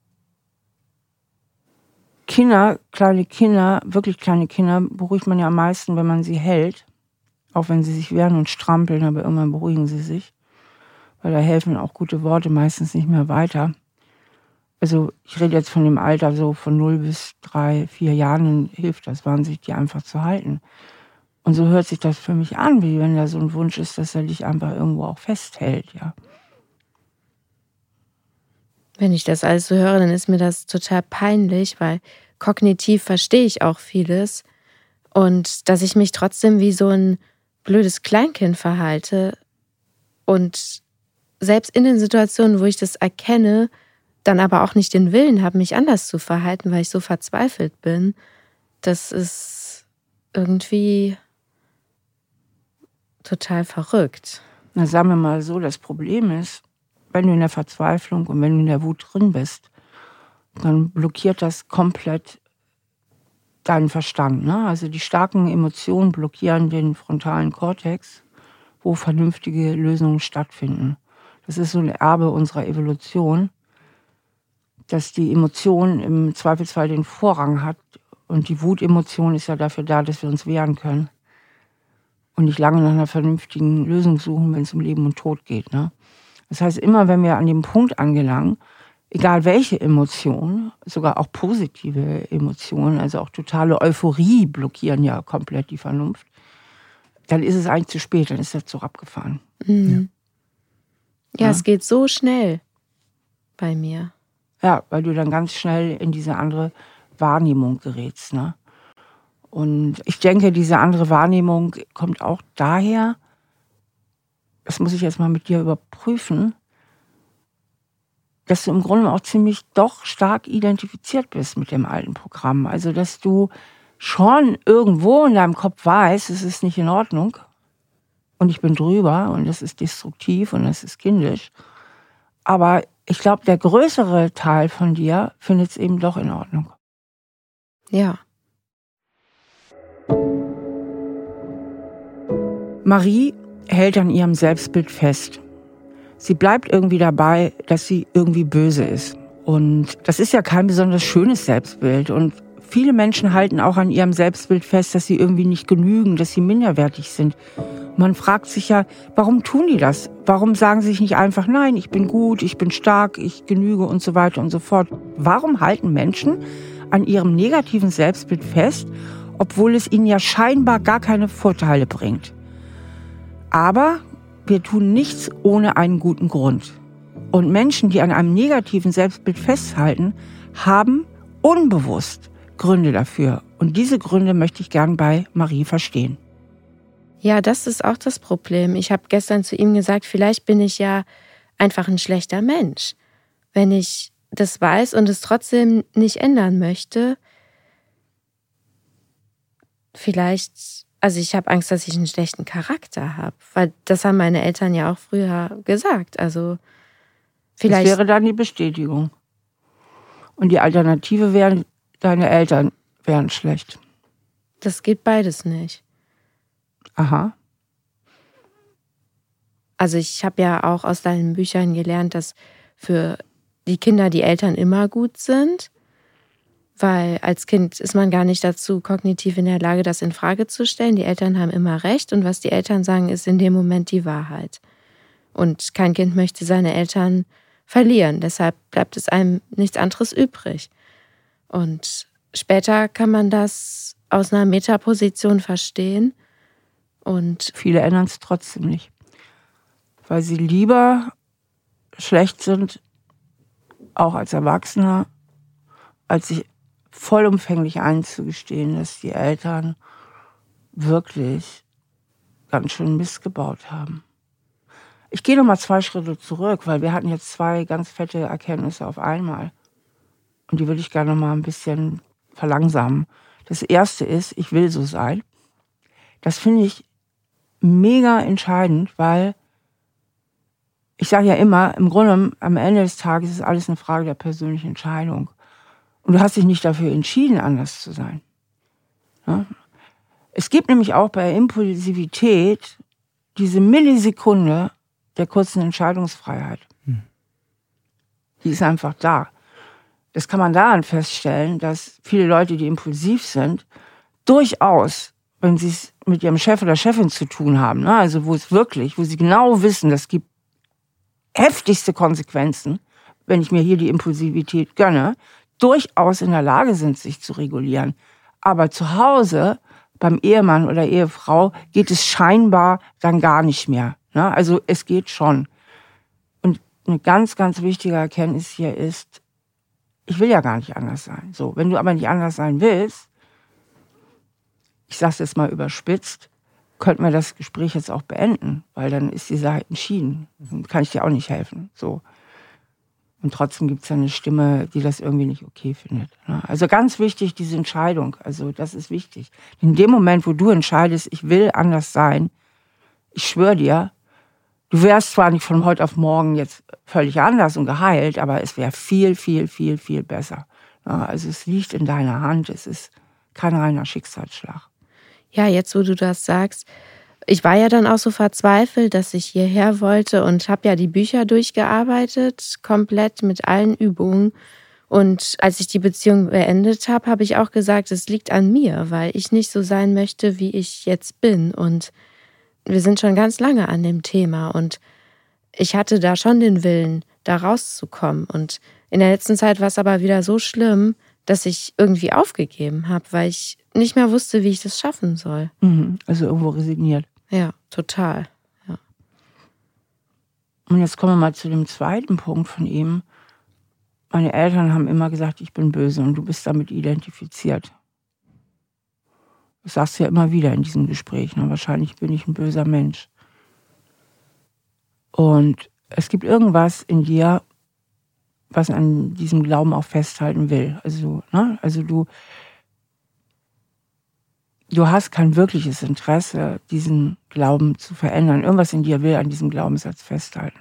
Kinder, kleine Kinder, wirklich kleine Kinder, beruhigt man ja am meisten, wenn man sie hält. Auch wenn sie sich wehren und strampeln, aber irgendwann beruhigen sie sich. Weil da helfen auch gute Worte meistens nicht mehr weiter. Also ich rede jetzt von dem Alter so von null bis drei, vier Jahren, dann hilft das wahnsinnig, die einfach zu halten. Und so hört sich das für mich an, wie wenn da so ein Wunsch ist, dass er dich einfach irgendwo auch festhält, ja. Wenn ich das alles so höre, dann ist mir das total peinlich, weil kognitiv verstehe ich auch vieles. Und dass ich mich trotzdem wie so ein blödes Kleinkind verhalte und selbst in den Situationen, wo ich das erkenne, dann aber auch nicht den Willen habe, mich anders zu verhalten, weil ich so verzweifelt bin, das ist irgendwie total verrückt. Na, sagen wir mal so, das Problem ist, wenn du in der Verzweiflung und wenn du in der Wut drin bist, dann blockiert das komplett deinen Verstand. Ne? Also die starken Emotionen blockieren den frontalen Kortex, wo vernünftige Lösungen stattfinden. Das ist so ein Erbe unserer Evolution, dass die Emotion im Zweifelsfall den Vorrang hat. Und die Wutemotion ist ja dafür da, dass wir uns wehren können. Und nicht lange nach einer vernünftigen Lösung suchen, wenn es um Leben und Tod geht. Ne? Das heißt, immer wenn wir an dem Punkt angelangen, egal welche Emotion, sogar auch positive Emotionen, also auch totale Euphorie blockieren ja komplett die Vernunft, dann ist es eigentlich zu spät, dann ist der Zug abgefahren. Mhm. Ja, Ja. es geht so schnell bei mir. Ja, weil du dann ganz schnell in diese andere Wahrnehmung gerätst. Ne? Und ich denke, diese andere Wahrnehmung kommt auch daher, das muss ich jetzt mal mit dir überprüfen, dass du im Grunde auch ziemlich doch stark identifiziert bist mit dem alten Programm. Also, dass du schon irgendwo in deinem Kopf weißt, es ist nicht in Ordnung und ich bin drüber und das ist destruktiv und das ist kindisch. Aber ich glaube, der größere Teil von dir findet es eben doch in Ordnung. Ja. Marie hält an ihrem Selbstbild fest. Sie bleibt irgendwie dabei, dass sie irgendwie böse ist. Und das ist ja kein besonders schönes Selbstbild. Und viele Menschen halten auch an ihrem Selbstbild fest, dass sie irgendwie nicht genügen, dass sie minderwertig sind. Man fragt sich ja, warum tun die das? Warum sagen sie sich nicht einfach, nein, ich bin gut, ich bin stark, ich genüge und so weiter und so fort? Warum halten Menschen an ihrem negativen Selbstbild fest, obwohl es ihnen ja scheinbar gar keine Vorteile bringt? Aber wir tun nichts ohne einen guten Grund. Und Menschen, die an einem negativen Selbstbild festhalten, haben unbewusst Gründe dafür. Und diese Gründe möchte ich gern bei Marie verstehen. Ja, das ist auch das Problem. Ich habe gestern zu ihm gesagt, vielleicht bin ich ja einfach ein schlechter Mensch. Wenn ich das weiß und es trotzdem nicht ändern möchte, vielleicht... Also ich habe Angst, dass ich einen schlechten Charakter habe, weil das haben meine Eltern ja auch früher gesagt. Also vielleicht das wäre dann die Bestätigung. Und die Alternative wäre, deine Eltern wären schlecht. Das geht beides nicht. Aha. Also ich habe ja auch aus deinen Büchern gelernt, dass für die Kinder die Eltern immer gut sind. Weil als Kind ist man gar nicht dazu kognitiv in der Lage, das in Frage zu stellen. Die Eltern haben immer recht und was die Eltern sagen, ist in dem Moment die Wahrheit. Und kein Kind möchte seine Eltern verlieren. Deshalb bleibt es einem nichts anderes übrig. Und später kann man das aus einer Metaposition verstehen. Und viele ändern es trotzdem nicht. Weil sie lieber schlecht sind, auch als Erwachsener, als sich vollumfänglich einzugestehen, dass die Eltern wirklich ganz schön Mist gebaut haben. Ich gehe noch mal zwei Schritte zurück, weil wir hatten jetzt zwei ganz fette Erkenntnisse auf einmal. Und die würde ich gerne noch mal ein bisschen verlangsamen. Das erste ist, ich will so sein. Das finde ich mega entscheidend, weil ich sage ja immer, im Grunde am Ende des Tages ist alles eine Frage der persönlichen Entscheidung. Und du hast dich nicht dafür entschieden, anders zu sein. Ja? Es gibt nämlich auch bei Impulsivität diese Millisekunde der kurzen Entscheidungsfreiheit. Hm. Die ist einfach da. Das kann man daran feststellen, dass viele Leute, die impulsiv sind, durchaus, wenn sie es mit ihrem Chef oder Chefin zu tun haben, ne, also wo es wirklich, wo sie genau wissen, das gibt heftigste Konsequenzen, wenn ich mir hier die Impulsivität gönne, durchaus in der Lage sind, sich zu regulieren. Aber zu Hause, beim Ehemann oder Ehefrau, geht es scheinbar dann gar nicht mehr. Ne? Also es geht schon. Und eine ganz, ganz wichtige Erkenntnis hier ist, ich will ja gar nicht anders sein. So, wenn du aber nicht anders sein willst, ich sag's jetzt mal überspitzt, könnten wir das Gespräch jetzt auch beenden, weil dann ist die Sache entschieden. Dann kann ich dir auch nicht helfen. So. Und trotzdem gibt es ja eine Stimme, die das irgendwie nicht okay findet. Also ganz wichtig, diese Entscheidung. Also das ist wichtig. In dem Moment, wo du entscheidest, ich will anders sein, ich schwöre dir, du wärst zwar nicht von heute auf morgen jetzt völlig anders und geheilt, aber es wäre viel, viel, viel, viel besser. Also es liegt in deiner Hand. Es ist kein reiner Schicksalsschlag. Ja, jetzt wo du das sagst, ich war ja dann auch so verzweifelt, dass ich hierher wollte und habe ja die Bücher durchgearbeitet, komplett mit allen Übungen. Und als ich die Beziehung beendet habe, habe ich auch gesagt, es liegt an mir, weil ich nicht so sein möchte, wie ich jetzt bin. Und wir sind schon ganz lange an dem Thema und ich hatte da schon den Willen, da rauszukommen. Und in der letzten Zeit war es aber wieder so schlimm, dass ich irgendwie aufgegeben habe, weil ich nicht mehr wusste, wie ich das schaffen soll. Mhm, also irgendwo resigniert. Ja, total. Ja. Und jetzt kommen wir mal zu dem zweiten Punkt von ihm. Meine Eltern haben immer gesagt, ich bin böse und du bist damit identifiziert. Das sagst du ja immer wieder in diesem Gespräch. Ne? Wahrscheinlich bin ich ein böser Mensch. Und es gibt irgendwas in dir, was an diesem Glauben auch festhalten will. Also, ne? also du, du hast kein wirkliches Interesse, diesen Glauben zu verändern. Irgendwas in dir will an diesem Glaubenssatz festhalten.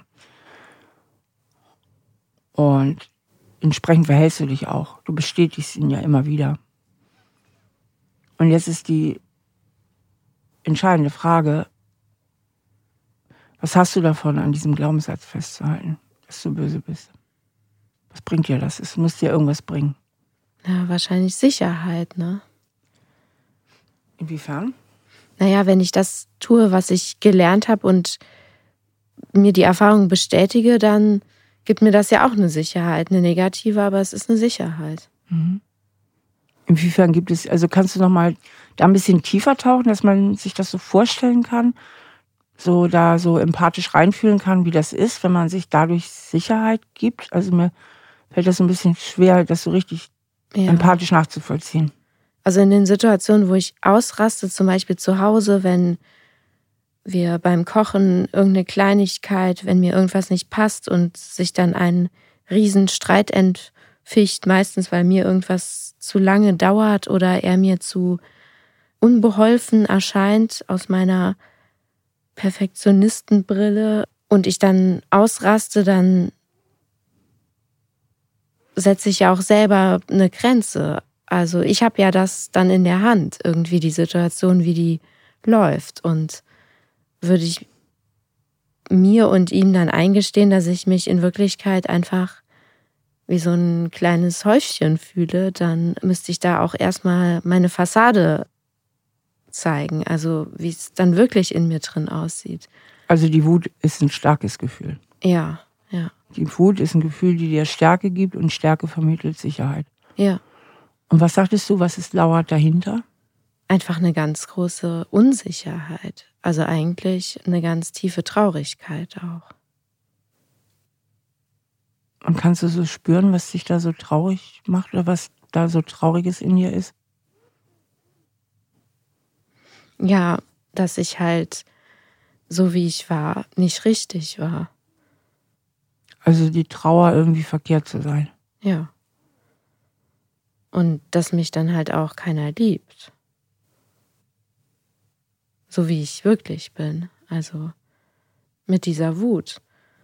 Und entsprechend verhältst du dich auch. Du bestätigst ihn ja immer wieder. Und jetzt ist die entscheidende Frage, was hast du davon, an diesem Glaubenssatz festzuhalten, dass du böse bist? Was bringt dir das? Es muss dir irgendwas bringen. Ja, wahrscheinlich Sicherheit, ne? Inwiefern? Naja, wenn ich das tue, was ich gelernt habe und mir die Erfahrung bestätige, dann gibt mir das ja auch eine Sicherheit, eine negative, aber es ist eine Sicherheit. Mhm. Inwiefern gibt es, also kannst du noch mal da ein bisschen tiefer tauchen, dass man sich das so vorstellen kann, so da so empathisch reinfühlen kann, wie das ist, wenn man sich dadurch Sicherheit gibt? Also mir fällt das so ein bisschen schwer, das so richtig ja. empathisch nachzuvollziehen. Also in den Situationen, wo ich ausraste, zum Beispiel zu Hause, wenn wir beim Kochen irgendeine Kleinigkeit, wenn mir irgendwas nicht passt und sich dann ein Riesenstreit entficht, meistens weil mir irgendwas zu lange dauert oder er mir zu unbeholfen erscheint aus meiner Perfektionistenbrille und ich dann ausraste, dann setze ich ja auch selber eine Grenze. Also ich habe ja das dann in der Hand, irgendwie die Situation, wie die läuft. Und würde ich mir und ihm dann eingestehen, dass ich mich in Wirklichkeit einfach wie so ein kleines Häufchen fühle, dann müsste ich da auch erstmal meine Fassade zeigen, also wie es dann wirklich in mir drin aussieht. Also die Wut ist ein starkes Gefühl. Ja, ja. Die Wut ist ein Gefühl, die dir Stärke gibt und Stärke vermittelt Sicherheit. Ja. Und was sagtest du, was ist lauert dahinter? Einfach eine ganz große Unsicherheit. Also eigentlich eine ganz tiefe Traurigkeit auch. Und kannst du so spüren, was dich da so traurig macht oder was da so Trauriges in dir ist? Ja, dass ich halt, so wie ich war, nicht richtig war. Also die Trauer, irgendwie verkehrt zu sein. Ja. Und dass mich dann halt auch keiner liebt. So wie ich wirklich bin. Also mit dieser Wut.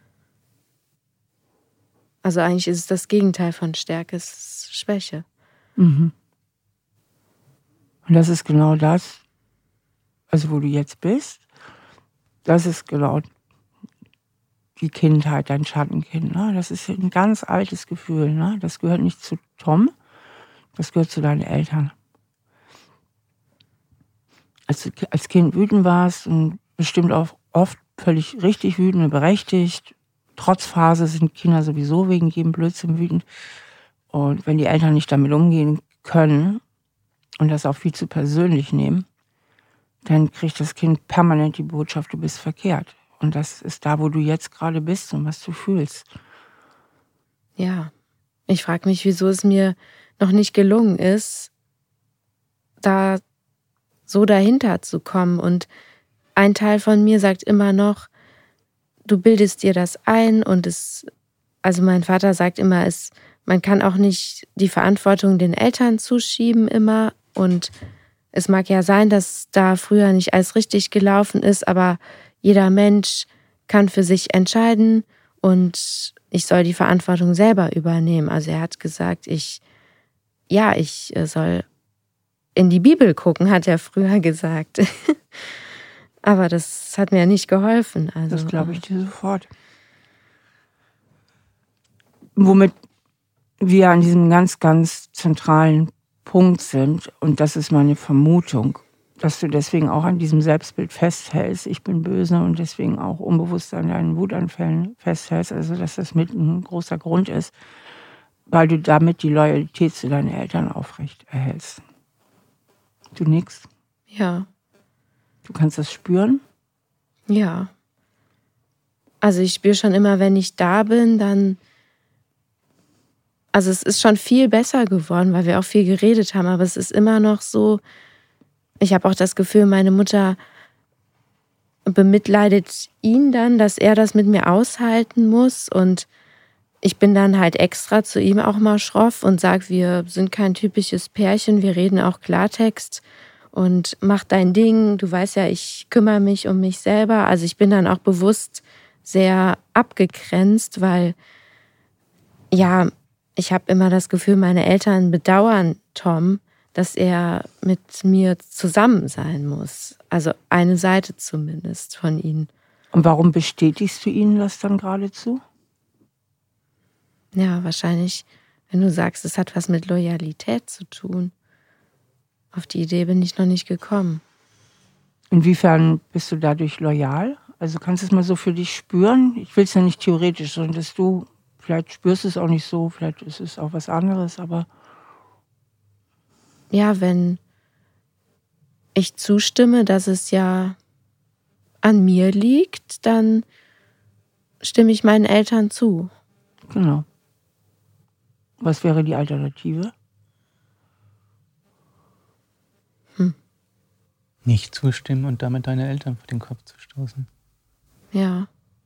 Also eigentlich ist es das Gegenteil von Stärke, es ist Schwäche. Mhm. Und das ist genau das, also wo du jetzt bist, das ist genau die Kindheit, dein Schattenkind. Ne? Das ist ein ganz altes Gefühl. Ne? Das gehört nicht zu Tom, das gehört zu deinen Eltern. Als du als Kind wütend warst und bestimmt auch oft völlig richtig wütend und berechtigt, Trotzphase sind Kinder sowieso wegen jedem Blödsinn wütend. Und wenn die Eltern nicht damit umgehen können und das auch viel zu persönlich nehmen, dann kriegt das Kind permanent die Botschaft, du bist verkehrt. Und das ist da, wo du jetzt gerade bist und was du fühlst. Ja, ich frage mich, wieso es mir noch nicht gelungen ist, da so dahinter zu kommen. Und ein Teil von mir sagt immer noch, du bildest dir das ein und es, also mein Vater sagt immer, es, man kann auch nicht die Verantwortung den Eltern zuschieben immer und es mag ja sein, dass da früher nicht alles richtig gelaufen ist, aber jeder Mensch kann für sich entscheiden und ich soll die Verantwortung selber übernehmen. Also er hat gesagt, ich, ja, ich soll in die Bibel gucken, hat er früher gesagt. Aber das hat mir ja nicht geholfen. Also, das glaube ich dir sofort. Womit wir an diesem ganz, ganz zentralen Punkt sind, und das ist meine Vermutung, dass du deswegen auch an diesem Selbstbild festhältst, ich bin böse und deswegen auch unbewusst an deinen Wutanfällen festhältst, also dass das mit ein großer Grund ist, weil du damit die Loyalität zu deinen Eltern aufrecht erhältst. Du nix? Ja. Du kannst das spüren? Ja. Also ich spüre schon immer, wenn ich da bin, dann, also es ist schon viel besser geworden, weil wir auch viel geredet haben, aber es ist immer noch so, ich habe auch das Gefühl, meine Mutter bemitleidet ihn dann, dass er das mit mir aushalten muss und ich bin dann halt extra zu ihm auch mal schroff und sage, wir sind kein typisches Pärchen, wir reden auch Klartext und mach dein Ding, du weißt ja, ich kümmere mich um mich selber. Also ich bin dann auch bewusst sehr abgegrenzt, weil ja, ich habe immer das Gefühl, meine Eltern bedauern Tom, dass er mit mir zusammen sein muss. Also eine Seite zumindest von ihnen. Und warum bestätigst du ihnen das dann geradezu? Ja, wahrscheinlich, wenn du sagst, es hat was mit Loyalität zu tun. Auf die Idee bin ich noch nicht gekommen. Inwiefern bist du dadurch loyal? Also kannst du es mal so für dich spüren? Ich will es ja nicht theoretisch, sondern dass du, vielleicht spürst du es auch nicht so, vielleicht ist es auch was anderes, aber... Ja, wenn ich zustimme, dass es ja an mir liegt, dann stimme ich meinen Eltern zu. Genau. Was wäre die Alternative? Hm. Nicht zustimmen und damit deine Eltern vor den Kopf zu stoßen. Ja.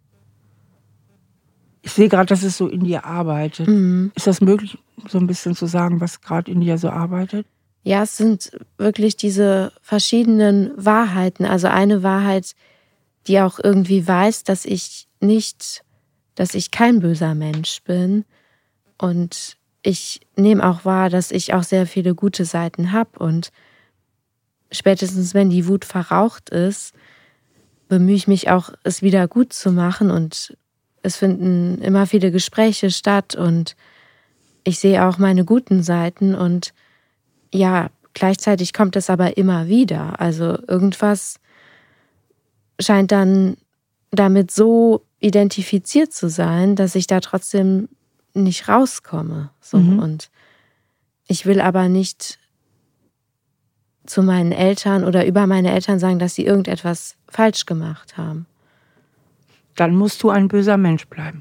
Ich sehe gerade, dass es so in dir arbeitet. Mhm. Ist das möglich, so ein bisschen zu sagen, was gerade in dir so arbeitet? Ja, es sind wirklich diese verschiedenen Wahrheiten. Also eine Wahrheit, die auch irgendwie weiß, dass ich nicht, dass ich kein böser Mensch bin. Und ich nehme auch wahr, dass ich auch sehr viele gute Seiten habe. Und spätestens, wenn die Wut verraucht ist, bemühe ich mich auch, es wieder gut zu machen. Und es finden immer viele Gespräche statt. Und ich sehe auch meine guten Seiten und ja, gleichzeitig kommt es aber immer wieder. Also irgendwas scheint dann damit so identifiziert zu sein, dass ich da trotzdem nicht rauskomme. So. Mhm. Und ich will aber nicht zu meinen Eltern oder über meine Eltern sagen, dass sie irgendetwas falsch gemacht haben. Dann musst du ein böser Mensch bleiben.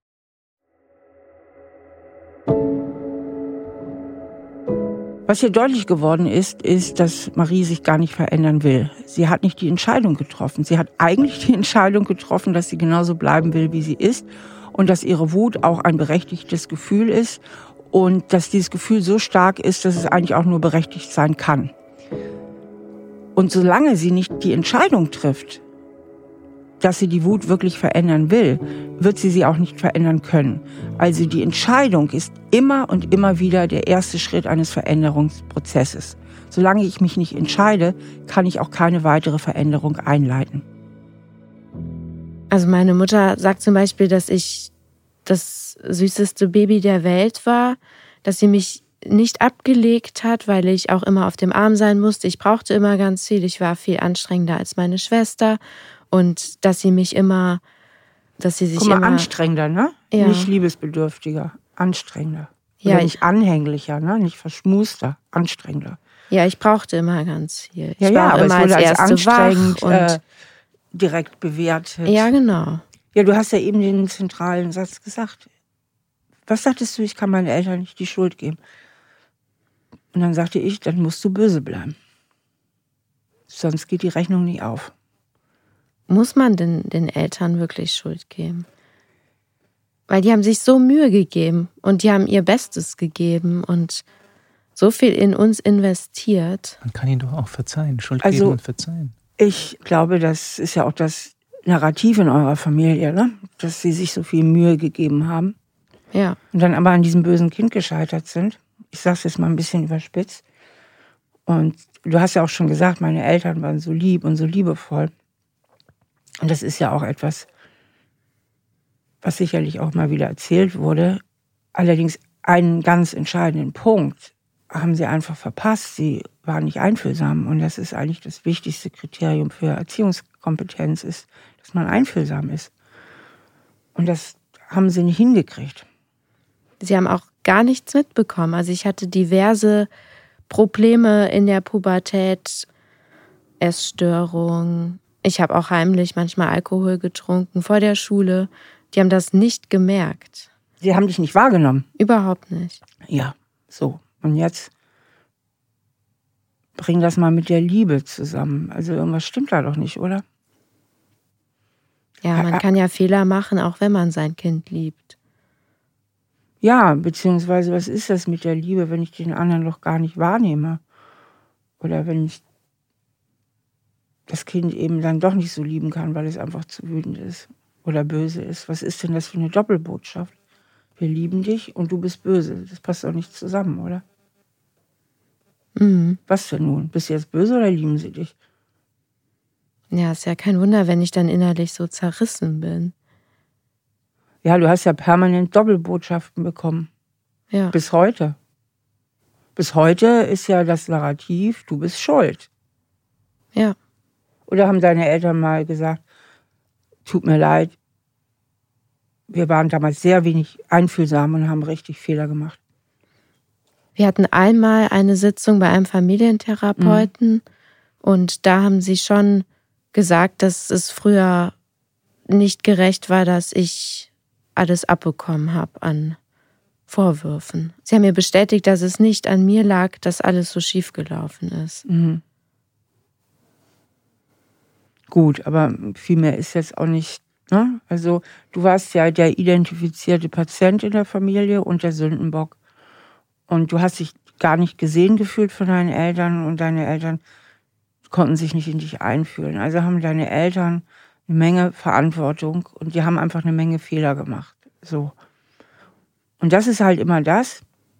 Was hier deutlich geworden ist, ist, dass Marie sich gar nicht verändern will. Sie hat nicht die Entscheidung getroffen. Sie hat eigentlich die Entscheidung getroffen, dass sie genauso bleiben will, wie sie ist und dass ihre Wut auch ein berechtigtes Gefühl ist und dass dieses Gefühl so stark ist, dass es eigentlich auch nur berechtigt sein kann. Und solange sie nicht die Entscheidung trifft, dass sie die Wut wirklich verändern will, wird sie sie auch nicht verändern können. Also die Entscheidung ist immer und immer wieder der erste Schritt eines Veränderungsprozesses. Solange ich mich nicht entscheide, kann ich auch keine weitere Veränderung einleiten. Also meine Mutter sagt zum Beispiel, dass ich das süßeste Baby der Welt war, dass sie mich nicht abgelegt hat, weil ich auch immer auf dem Arm sein musste. Ich brauchte immer ganz viel. Ich war viel anstrengender als meine Schwester. Und dass sie mich immer, dass sie sich Guck mal, immer... anstrengender, ne? Ja. Nicht liebesbedürftiger, anstrengender. Oder ja, nicht anhänglicher, ne? Nicht verschmuster, anstrengender. Ja, ich brauchte immer ganz viel. Ja, ich ja, war aber immer es wurde als, als erste anstrengend wach und äh, direkt bewertet. Ja, genau. Ja, du hast ja eben den zentralen Satz gesagt. Was sagtest du, ich kann meinen Eltern nicht die Schuld geben? Und dann sagte ich, dann musst du böse bleiben. Sonst geht die Rechnung nicht auf. Muss man denn den Eltern wirklich Schuld geben? Weil die haben sich so Mühe gegeben und die haben ihr Bestes gegeben und so viel in uns investiert. Man kann ihnen doch auch verzeihen, Schuld also, geben und verzeihen. Ich glaube, das ist ja auch das Narrativ in eurer Familie, ne? Dass sie sich so viel Mühe gegeben haben. Ja. Und dann aber an diesem bösen Kind gescheitert sind. Ich sag's jetzt mal ein bisschen überspitzt. Und du hast ja auch schon gesagt, meine Eltern waren so lieb und so liebevoll. Und das ist ja auch etwas, was sicherlich auch mal wieder erzählt wurde. Allerdings einen ganz entscheidenden Punkt haben sie einfach verpasst. Sie waren nicht einfühlsam. Und das ist eigentlich das wichtigste Kriterium für Erziehungskompetenz, ist, dass man einfühlsam ist. Und das haben sie nicht hingekriegt. Sie haben auch gar nichts mitbekommen. Also ich hatte diverse Probleme in der Pubertät, Essstörung. Ich habe auch heimlich manchmal Alkohol getrunken vor der Schule. Die haben das nicht gemerkt. Sie haben dich nicht wahrgenommen? Überhaupt nicht. Ja, so. Und jetzt bring das mal mit der Liebe zusammen. Also irgendwas stimmt da doch nicht, oder? Ja, man kann ja Fehler machen, auch wenn man sein Kind liebt. Ja, beziehungsweise was ist das mit der Liebe, wenn ich den anderen doch gar nicht wahrnehme? Oder wenn ich das Kind eben dann doch nicht so lieben kann, weil es einfach zu wütend ist oder böse ist. Was ist denn das für eine Doppelbotschaft? Wir lieben dich und du bist böse. Das passt doch nicht zusammen, oder? Mhm. Was denn nun? Bist du jetzt böse oder lieben sie dich? Ja, ist ja kein Wunder, wenn ich dann innerlich so zerrissen bin. Ja, du hast ja permanent Doppelbotschaften bekommen. Ja. Bis heute. Bis heute ist ja das Narrativ, du bist schuld. Ja. Oder haben deine Eltern mal gesagt, tut mir leid, wir waren damals sehr wenig einfühlsam und haben richtig Fehler gemacht? Wir hatten einmal eine Sitzung bei einem Familientherapeuten mhm. und da haben sie schon gesagt, dass es früher nicht gerecht war, dass ich alles abbekommen habe an Vorwürfen. Sie haben mir bestätigt, dass es nicht an mir lag, dass alles so schief gelaufen ist. Mhm. Gut, aber viel mehr ist jetzt auch nicht, ne? Also du warst ja der identifizierte Patient in der Familie und der Sündenbock. Und du hast dich gar nicht gesehen gefühlt von deinen Eltern und deine Eltern konnten sich nicht in dich einfühlen. Also haben deine Eltern eine Menge Verantwortung und die haben einfach eine Menge Fehler gemacht. So. Und das ist halt immer das,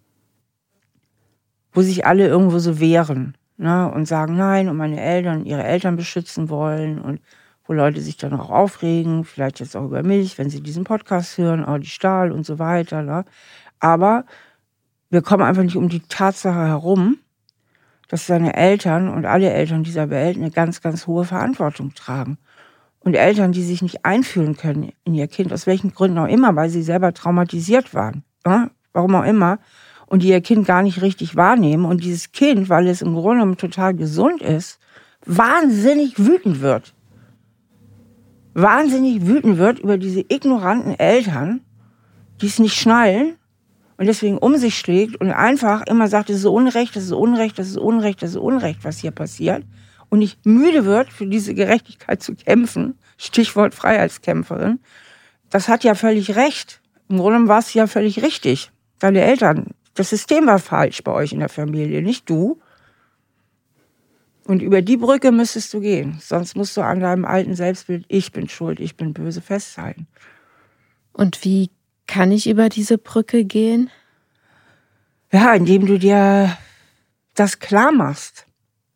wo sich alle irgendwo so wehren, ne, und sagen nein und meine Eltern ihre Eltern beschützen wollen und wo Leute sich dann auch aufregen, vielleicht jetzt auch über mich, wenn sie diesen Podcast hören, oh, die Stahl und so weiter. Ne. Aber wir kommen einfach nicht um die Tatsache herum, dass seine Eltern und alle Eltern dieser Welt eine ganz, ganz hohe Verantwortung tragen. Und Eltern, die sich nicht einfühlen können in ihr Kind, aus welchen Gründen auch immer, weil sie selber traumatisiert waren, ja? Warum auch immer, und die ihr Kind gar nicht richtig wahrnehmen und dieses Kind, weil es im Grunde genommen total gesund ist, wahnsinnig wütend wird. Wahnsinnig wütend wird über diese ignoranten Eltern, die es nicht schnallen und deswegen um sich schlägt und einfach immer sagt, das ist Unrecht, das ist Unrecht, das ist Unrecht, das ist Unrecht, was hier passiert. Und nicht müde wird, für diese Gerechtigkeit zu kämpfen, Stichwort Freiheitskämpferin, das hat ja völlig recht. Im Grunde war es ja völlig richtig. Deine Eltern, das System war falsch bei euch in der Familie, nicht du. Und über die Brücke müsstest du gehen. Sonst musst du an deinem alten Selbstbild, ich bin schuld, ich bin böse, festhalten. Und wie kann ich über diese Brücke gehen? Ja, indem du dir das klar machst.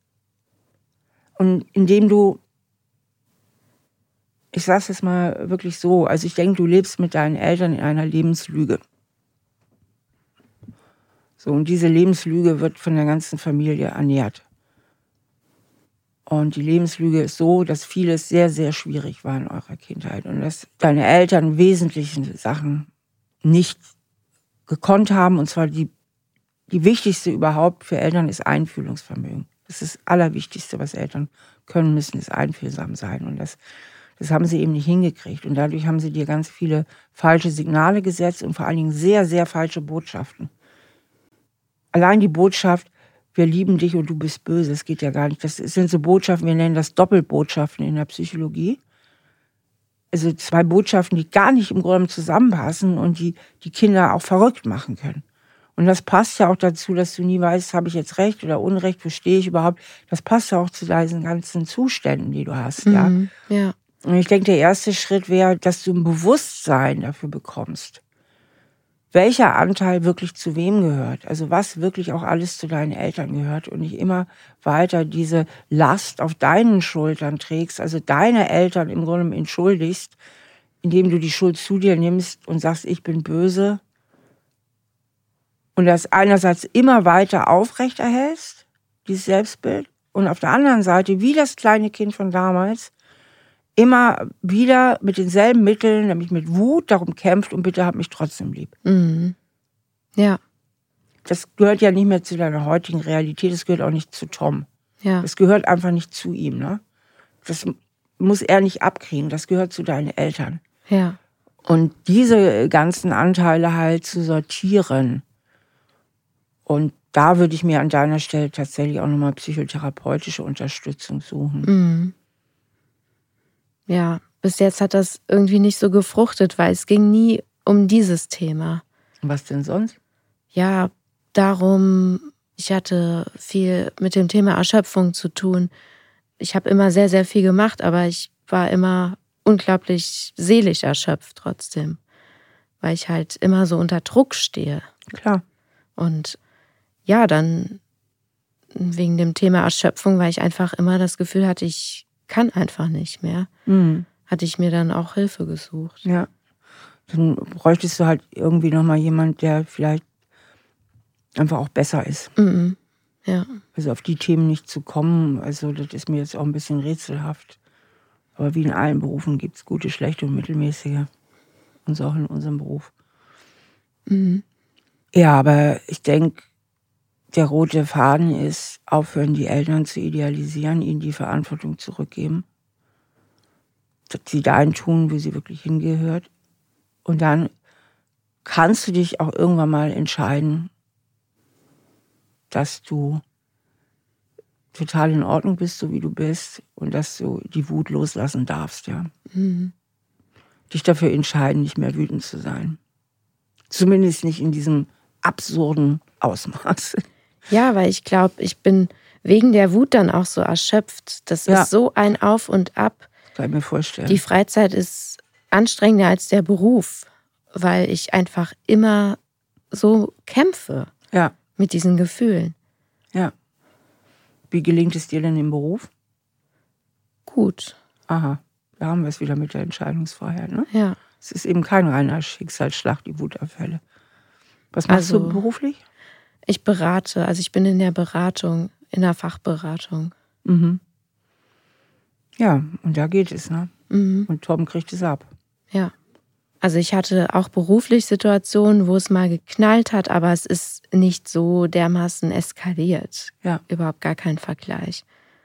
Und indem du, ich sag's jetzt mal wirklich so, also ich denke, du lebst mit deinen Eltern in einer Lebenslüge. So, und diese Lebenslüge wird von der ganzen Familie ernährt. Und die Lebenslüge ist so, dass vieles sehr, sehr schwierig war in eurer Kindheit. Und dass deine Eltern wesentliche Sachen nicht gekonnt haben. Und zwar die, die wichtigste überhaupt für Eltern ist Einfühlungsvermögen. Das ist das Allerwichtigste, was Eltern können müssen, ist einfühlsam sein. Und das, das haben sie eben nicht hingekriegt. Und dadurch haben sie dir ganz viele falsche Signale gesetzt und vor allen Dingen sehr, sehr falsche Botschaften. Allein die Botschaft, wir lieben dich und du bist böse, das geht ja gar nicht. Das sind so Botschaften, wir nennen das Doppelbotschaften in der Psychologie. Also zwei Botschaften, die gar nicht im Grunde zusammenpassen und die die Kinder auch verrückt machen können. Und das passt ja auch dazu, dass du nie weißt, habe ich jetzt Recht oder Unrecht, wo stehe ich überhaupt. Das passt ja auch zu diesen ganzen Zuständen, die du hast. Mhm, ja. ja. Und ich denke, der erste Schritt wäre, dass du ein Bewusstsein dafür bekommst, welcher Anteil wirklich zu wem gehört. Also was wirklich auch alles zu deinen Eltern gehört und nicht immer weiter diese Last auf deinen Schultern trägst, also deine Eltern im Grunde entschuldigst, indem du die Schuld zu dir nimmst und sagst, ich bin böse. Und das einerseits immer weiter aufrechterhältst, dieses Selbstbild, und auf der anderen Seite, wie das kleine Kind von damals, immer wieder mit denselben Mitteln, nämlich mit Wut, darum kämpft und bitte hab mich trotzdem lieb. Mhm. Ja. Das gehört ja nicht mehr zu deiner heutigen Realität, das gehört auch nicht zu Tom. Ja. Das gehört einfach nicht zu ihm. Ne? Das muss er nicht abkriegen, das gehört zu deinen Eltern. Ja. Und diese ganzen Anteile halt zu sortieren. Und da würde ich mir an deiner Stelle tatsächlich auch nochmal psychotherapeutische Unterstützung suchen. Mhm. Ja, bis jetzt hat das irgendwie nicht so gefruchtet, weil es ging nie um dieses Thema. Was denn sonst? Ja, darum, ich hatte viel mit dem Thema Erschöpfung zu tun. Ich habe immer sehr, sehr viel gemacht, aber ich war immer unglaublich seelisch erschöpft trotzdem, weil ich halt immer so unter Druck stehe. Klar. Und ja, dann wegen dem Thema Erschöpfung, weil ich einfach immer das Gefühl hatte, ich kann einfach nicht mehr, mhm. hatte ich mir dann auch Hilfe gesucht. Ja, dann bräuchtest du halt irgendwie nochmal jemand, der vielleicht einfach auch besser ist. Mhm. Ja. Also auf die Themen nicht zu kommen, also das ist mir jetzt auch ein bisschen rätselhaft. Aber wie in allen Berufen gibt es gute, schlechte und mittelmäßige. Und so auch in unserem Beruf. Mhm. Ja, aber ich denke, der rote Faden ist, aufhören, die Eltern zu idealisieren, ihnen die Verantwortung zurückgeben. Dass sie dahin tun, wo sie wirklich hingehört. Und dann kannst du dich auch irgendwann mal entscheiden, dass du total in Ordnung bist, so wie du bist, und dass du die Wut loslassen darfst, ja. Mhm. Dich dafür entscheiden, nicht mehr wütend zu sein. Zumindest nicht in diesem absurden Ausmaß. Ja, weil ich glaube, ich bin wegen der Wut dann auch so erschöpft. Das Ja. ist so ein Auf und Ab. Kann ich mir vorstellen. Die Freizeit ist anstrengender als der Beruf, weil ich einfach immer so kämpfe Ja, mit diesen Gefühlen. ja. Wie gelingt es dir denn im Beruf? Gut, Aha, da haben wir es wieder mit der Entscheidungsfreiheit, ne? ja. Es ist eben kein reiner Schicksalsschlag, die Wutanfälle. Was machst also, du beruflich? Ich berate, also ich bin in der Beratung, in der Fachberatung. Mhm. Ja, und da geht es, ne? Mhm. Und Tom kriegt es ab. Ja. Also ich hatte auch beruflich Situationen, wo es mal geknallt hat, aber es ist nicht so dermaßen eskaliert. Ja. Überhaupt gar kein Vergleich.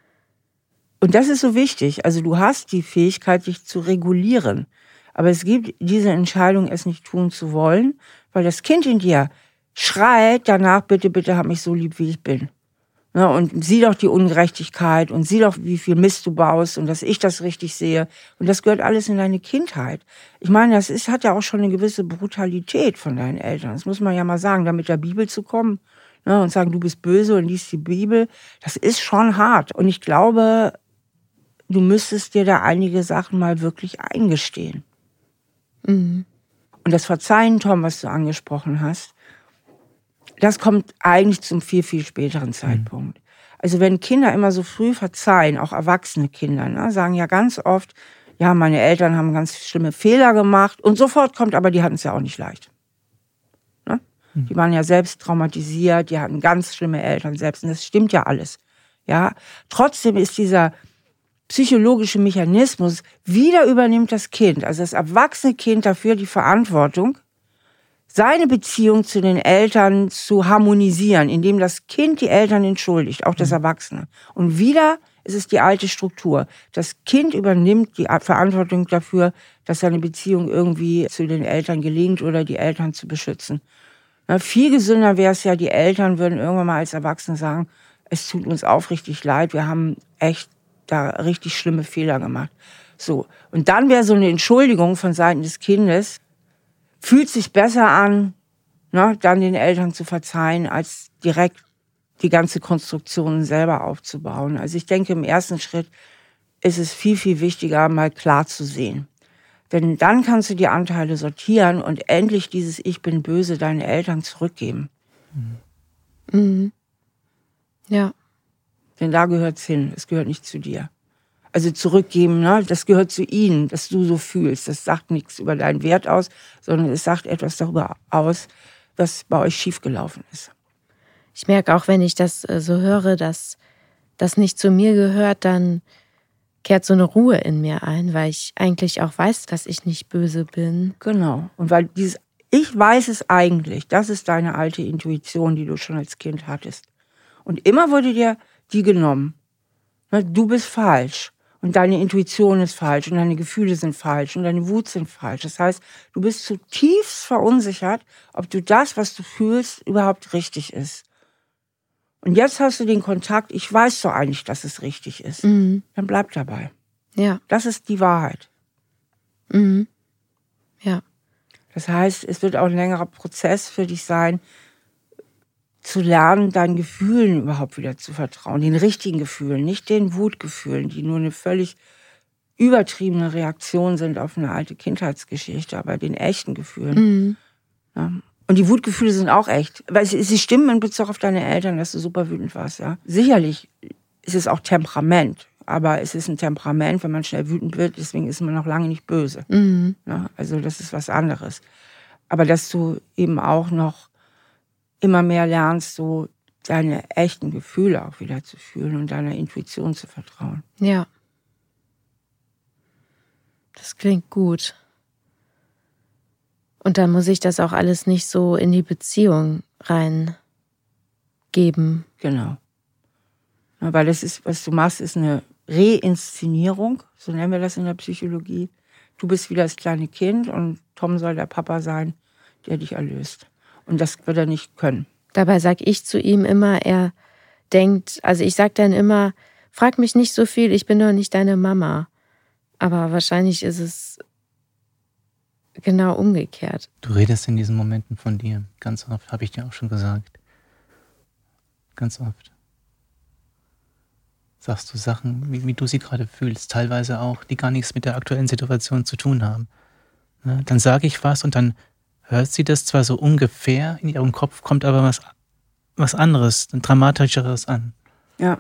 Und das ist so wichtig. Also du hast die Fähigkeit, dich zu regulieren. Aber es gibt diese Entscheidung, es nicht tun zu wollen, weil das Kind in dir schreit danach, bitte, bitte hab mich so lieb, wie ich bin. Ja, und sieh doch die Ungerechtigkeit und sieh doch, wie viel Mist du baust und dass ich das richtig sehe. Und das gehört alles in deine Kindheit. Ich meine, das ist, hat ja auch schon eine gewisse Brutalität von deinen Eltern. Das muss man ja mal sagen, da mit der Bibel zu kommen, ne, und sagen, du bist böse und liest die Bibel. Das ist schon hart. Und ich glaube, du müsstest dir da einige Sachen mal wirklich eingestehen. Mhm. Und das Verzeihen, Tom, was du angesprochen hast, das kommt eigentlich zum viel, viel späteren Zeitpunkt. Mhm. Also wenn Kinder immer so früh verzeihen, auch erwachsene Kinder, ne, sagen ja ganz oft, ja, meine Eltern haben ganz schlimme Fehler gemacht. Und sofort kommt, aber die hatten es ja auch nicht leicht. Ne? Mhm. Die waren ja selbst traumatisiert, die hatten ganz schlimme Eltern selbst. Und das stimmt ja alles. Ja? Trotzdem ist dieser psychologische Mechanismus, wieder übernimmt das Kind, also das erwachsene Kind, dafür die Verantwortung, seine Beziehung zu den Eltern zu harmonisieren, indem das Kind die Eltern entschuldigt, auch das Erwachsene. Und wieder ist es die alte Struktur. Das Kind übernimmt die Verantwortung dafür, dass seine Beziehung irgendwie zu den Eltern gelingt oder die Eltern zu beschützen. Na, viel gesünder wäre es ja, die Eltern würden irgendwann mal als Erwachsene sagen, es tut uns aufrichtig leid, wir haben echt da richtig schlimme Fehler gemacht. So. Und dann wäre so eine Entschuldigung von Seiten des Kindes, fühlt sich besser an, ne, dann den Eltern zu verzeihen, als direkt die ganze Konstruktion selber aufzubauen. Also ich denke, im ersten Schritt ist es viel, viel wichtiger, mal klar zu sehen. Denn dann kannst du die Anteile sortieren und endlich dieses Ich bin böse deinen Eltern zurückgeben. Mhm. Ja. Denn da gehört's hin, es gehört nicht zu dir. Also zurückgeben, ne? Das gehört zu ihnen, dass du so fühlst. Das sagt nichts über deinen Wert aus, sondern es sagt etwas darüber aus, was bei euch schiefgelaufen ist. Ich merke auch, wenn ich das so höre, dass das nicht zu mir gehört, dann kehrt so eine Ruhe in mir ein, weil ich eigentlich auch weiß, dass ich nicht böse bin. Genau. Und weil dieses Ich weiß es eigentlich, das ist deine alte Intuition, die du schon als Kind hattest. Und immer wurde dir die genommen. Du bist falsch. Und deine Intuition ist falsch und deine Gefühle sind falsch und deine Wut sind falsch. Das heißt, du bist zutiefst verunsichert, ob du das, was du fühlst, überhaupt richtig ist. Und jetzt hast du den Kontakt, ich weiß doch eigentlich, dass es richtig ist. Mhm. Dann bleib dabei. Ja. Das ist die Wahrheit. Mhm. Ja. Das heißt, es wird auch ein längerer Prozess für dich sein, zu lernen, deinen Gefühlen überhaupt wieder zu vertrauen. Den richtigen Gefühlen, nicht den Wutgefühlen, die nur eine völlig übertriebene Reaktion sind auf eine alte Kindheitsgeschichte, aber den echten Gefühlen. Mhm. Ja. Und die Wutgefühle sind auch echt. Weil sie, sie stimmen in Bezug auf deine Eltern, dass du super wütend warst. Ja. Sicherlich ist es auch Temperament, aber es ist ein Temperament, wenn man schnell wütend wird, deswegen ist man noch lange nicht böse. Mhm. Ja, also das ist was anderes. Aber dass du eben auch noch immer mehr lernst, so deine echten Gefühle auch wieder zu fühlen und deiner Intuition zu vertrauen. Ja. Das klingt gut. Und dann muss ich das auch alles nicht so in die Beziehung reingeben. Genau. Ja, weil das ist, was du machst, ist eine Reinszenierung, so nennen wir das in der Psychologie. Du bist wieder das kleine Kind und Tom soll der Papa sein, der dich erlöst. Und das wird er nicht können. Dabei sage ich zu ihm immer, er denkt, also ich sage dann immer, frag mich nicht so viel, ich bin doch nicht deine Mama. Aber wahrscheinlich ist es genau umgekehrt. Du redest in diesen Momenten von dir. Ganz oft, habe ich dir auch schon gesagt. Ganz oft. Sagst du Sachen, wie, wie du sie gerade fühlst, teilweise auch, die gar nichts mit der aktuellen Situation zu tun haben. Ne? Dann sage ich was und dann hört sie das zwar so ungefähr, in ihrem Kopf kommt aber was, was anderes, ein dramatischeres an. Ja.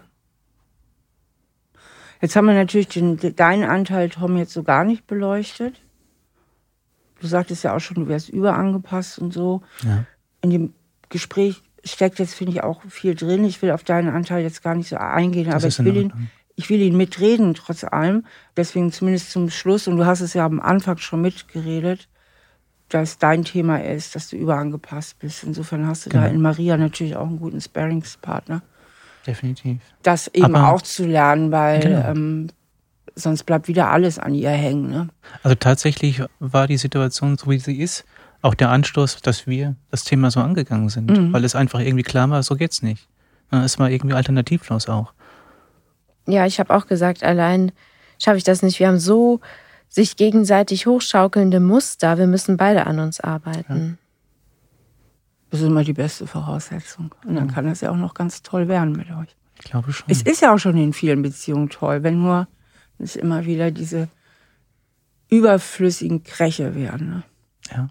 Jetzt haben wir natürlich den, deinen Anteil, Tom, jetzt so gar nicht beleuchtet. Du sagtest ja auch schon, du wärst überangepasst und so. Ja. in dem Gespräch steckt jetzt, finde ich, auch viel drin. Ich will auf deinen Anteil jetzt gar nicht so eingehen, das aber ich will, ihn, ich will ihn mitreden, trotz allem. Deswegen zumindest zum Schluss, und du hast es ja am Anfang schon mitgeredet, dass dein Thema ist, dass du überangepasst bist. Insofern hast du genau. da in Maria natürlich auch einen guten Sparringspartner. Definitiv. Das eben aber auch zu lernen, weil genau. ähm, sonst bleibt wieder alles an ihr hängen. Ne? Also tatsächlich war die Situation so, wie sie ist, auch der Anstoß, dass wir das Thema so angegangen sind. Mhm. Weil es einfach irgendwie klar war, so geht's nicht. Es war irgendwie alternativlos auch. Ja, ich habe auch gesagt, allein schaffe ich das nicht. Wir haben so sich gegenseitig hochschaukelnde Muster. Wir müssen beide an uns arbeiten. Ja. Das ist immer die beste Voraussetzung. Und dann kann das ja auch noch ganz toll werden mit euch. Ich glaube schon. Es ist ja auch schon in vielen Beziehungen toll, wenn nur es immer wieder diese überflüssigen Kräche werden. Ne? Ja.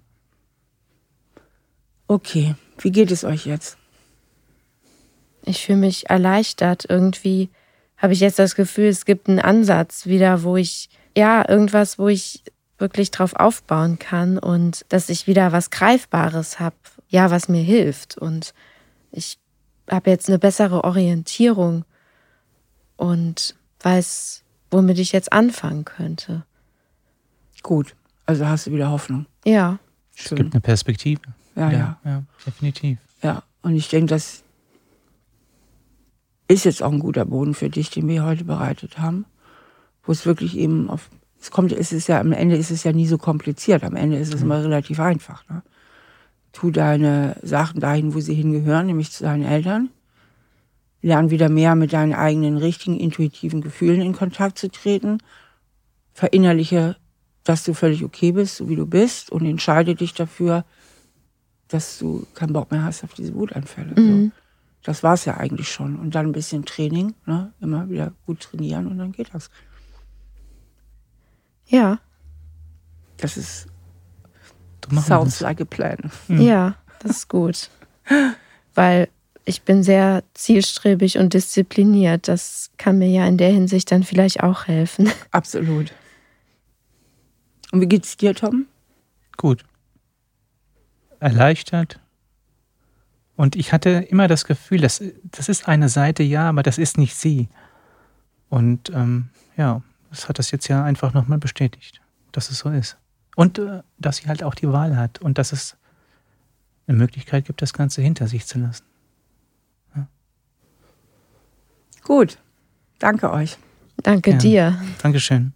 Okay, wie geht es euch jetzt? Ich fühle mich erleichtert. Irgendwie habe ich jetzt das Gefühl, es gibt einen Ansatz wieder, wo ich, ja, irgendwas, wo ich wirklich drauf aufbauen kann und dass ich wieder was Greifbares habe, ja, was mir hilft. Und ich habe jetzt eine bessere Orientierung und weiß, womit ich jetzt anfangen könnte. Gut, also hast du wieder Hoffnung. Ja. Schön. Es gibt eine Perspektive. Ja, ja, ja. Ja, definitiv. Ja, und ich denke, das ist jetzt auch ein guter Boden für dich, den wir heute bereitet haben. Wo es wirklich eben auf, es kommt, es ist ja, am Ende ist es ja nie so kompliziert. Am Ende ist es mhm. immer relativ einfach. Ne? Tu deine Sachen dahin, wo sie hingehören, nämlich zu deinen Eltern. Lern wieder mehr mit deinen eigenen richtigen, intuitiven Gefühlen in Kontakt zu treten. Verinnerliche, dass du völlig okay bist, so wie du bist, und entscheide dich dafür, dass du keinen Bock mehr hast auf diese Wutanfälle. Mhm. So. Das war's ja eigentlich schon. Und dann ein bisschen Training, ne? Immer wieder gut trainieren und dann geht das. Ja. Das ist sounds like a plan. Mhm. Ja, das ist gut. Weil ich bin sehr zielstrebig und diszipliniert. Das kann mir ja in der Hinsicht dann vielleicht auch helfen. Absolut. Und wie geht's dir, Tom? Gut. Erleichtert. Und ich hatte immer das Gefühl, das, das ist eine Seite, ja, aber das ist nicht sie. Und ähm, ja, das hat das jetzt ja einfach nochmal bestätigt, dass es so ist. Und äh, dass sie halt auch die Wahl hat und dass es eine Möglichkeit gibt, das Ganze hinter sich zu lassen. Ja. Gut, danke euch. Danke ja. dir. Dankeschön.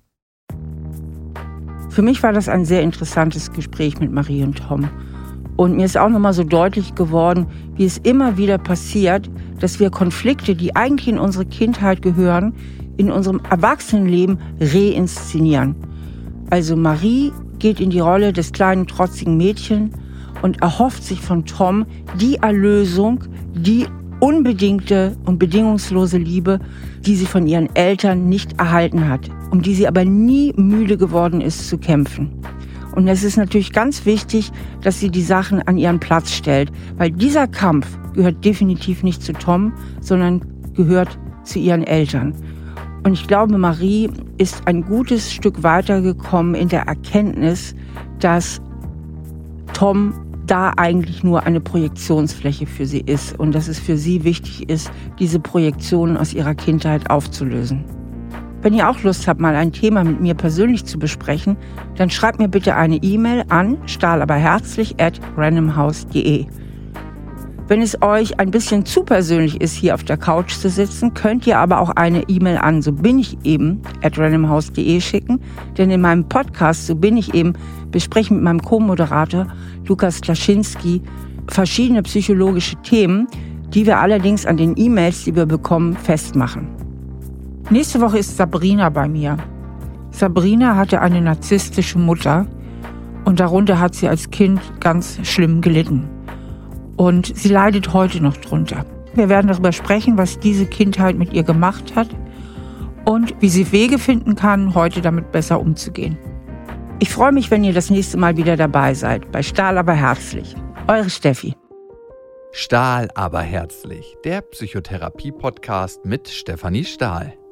Für mich war das ein sehr interessantes Gespräch mit Marie und Tom. Und mir ist auch nochmal so deutlich geworden, wie es immer wieder passiert, dass wir Konflikte, die eigentlich in unsere Kindheit gehören, in unserem Erwachsenenleben reinszenieren. Also Marie geht in die Rolle des kleinen, trotzigen Mädchen und erhofft sich von Tom die Erlösung, die unbedingte und bedingungslose Liebe, die sie von ihren Eltern nicht erhalten hat, um die sie aber nie müde geworden ist zu kämpfen. Und es ist natürlich ganz wichtig, dass sie die Sachen an ihren Platz stellt, weil dieser Kampf gehört definitiv nicht zu Tom, sondern gehört zu ihren Eltern. Und ich glaube, Marie ist ein gutes Stück weitergekommen in der Erkenntnis, dass Tom da eigentlich nur eine Projektionsfläche für sie ist und dass es für sie wichtig ist, diese Projektionen aus ihrer Kindheit aufzulösen. Wenn ihr auch Lust habt, mal ein Thema mit mir persönlich zu besprechen, dann schreibt mir bitte eine E-Mail an stahlaberherzlich at randomhouse punkt de. Wenn es euch ein bisschen zu persönlich ist, hier auf der Couch zu sitzen, könnt ihr aber auch eine E-Mail an so bin ich eben at randomhouse punkt de schicken, denn in meinem Podcast so bin ich eben bespreche mit meinem Co-Moderator Lukas Klaschinski verschiedene psychologische Themen, die wir allerdings an den E-Mails, die wir bekommen, festmachen. Nächste Woche ist Sabrina bei mir. Sabrina hatte eine narzisstische Mutter und darunter hat sie als Kind ganz schlimm gelitten. Und sie leidet heute noch drunter. Wir werden darüber sprechen, was diese Kindheit mit ihr gemacht hat und wie sie Wege finden kann, heute damit besser umzugehen. Ich freue mich, wenn ihr das nächste Mal wieder dabei seid, bei Stahl aber herzlich. Eure Steffi. Stahl aber herzlich, der Psychotherapie-Podcast mit Stefanie Stahl.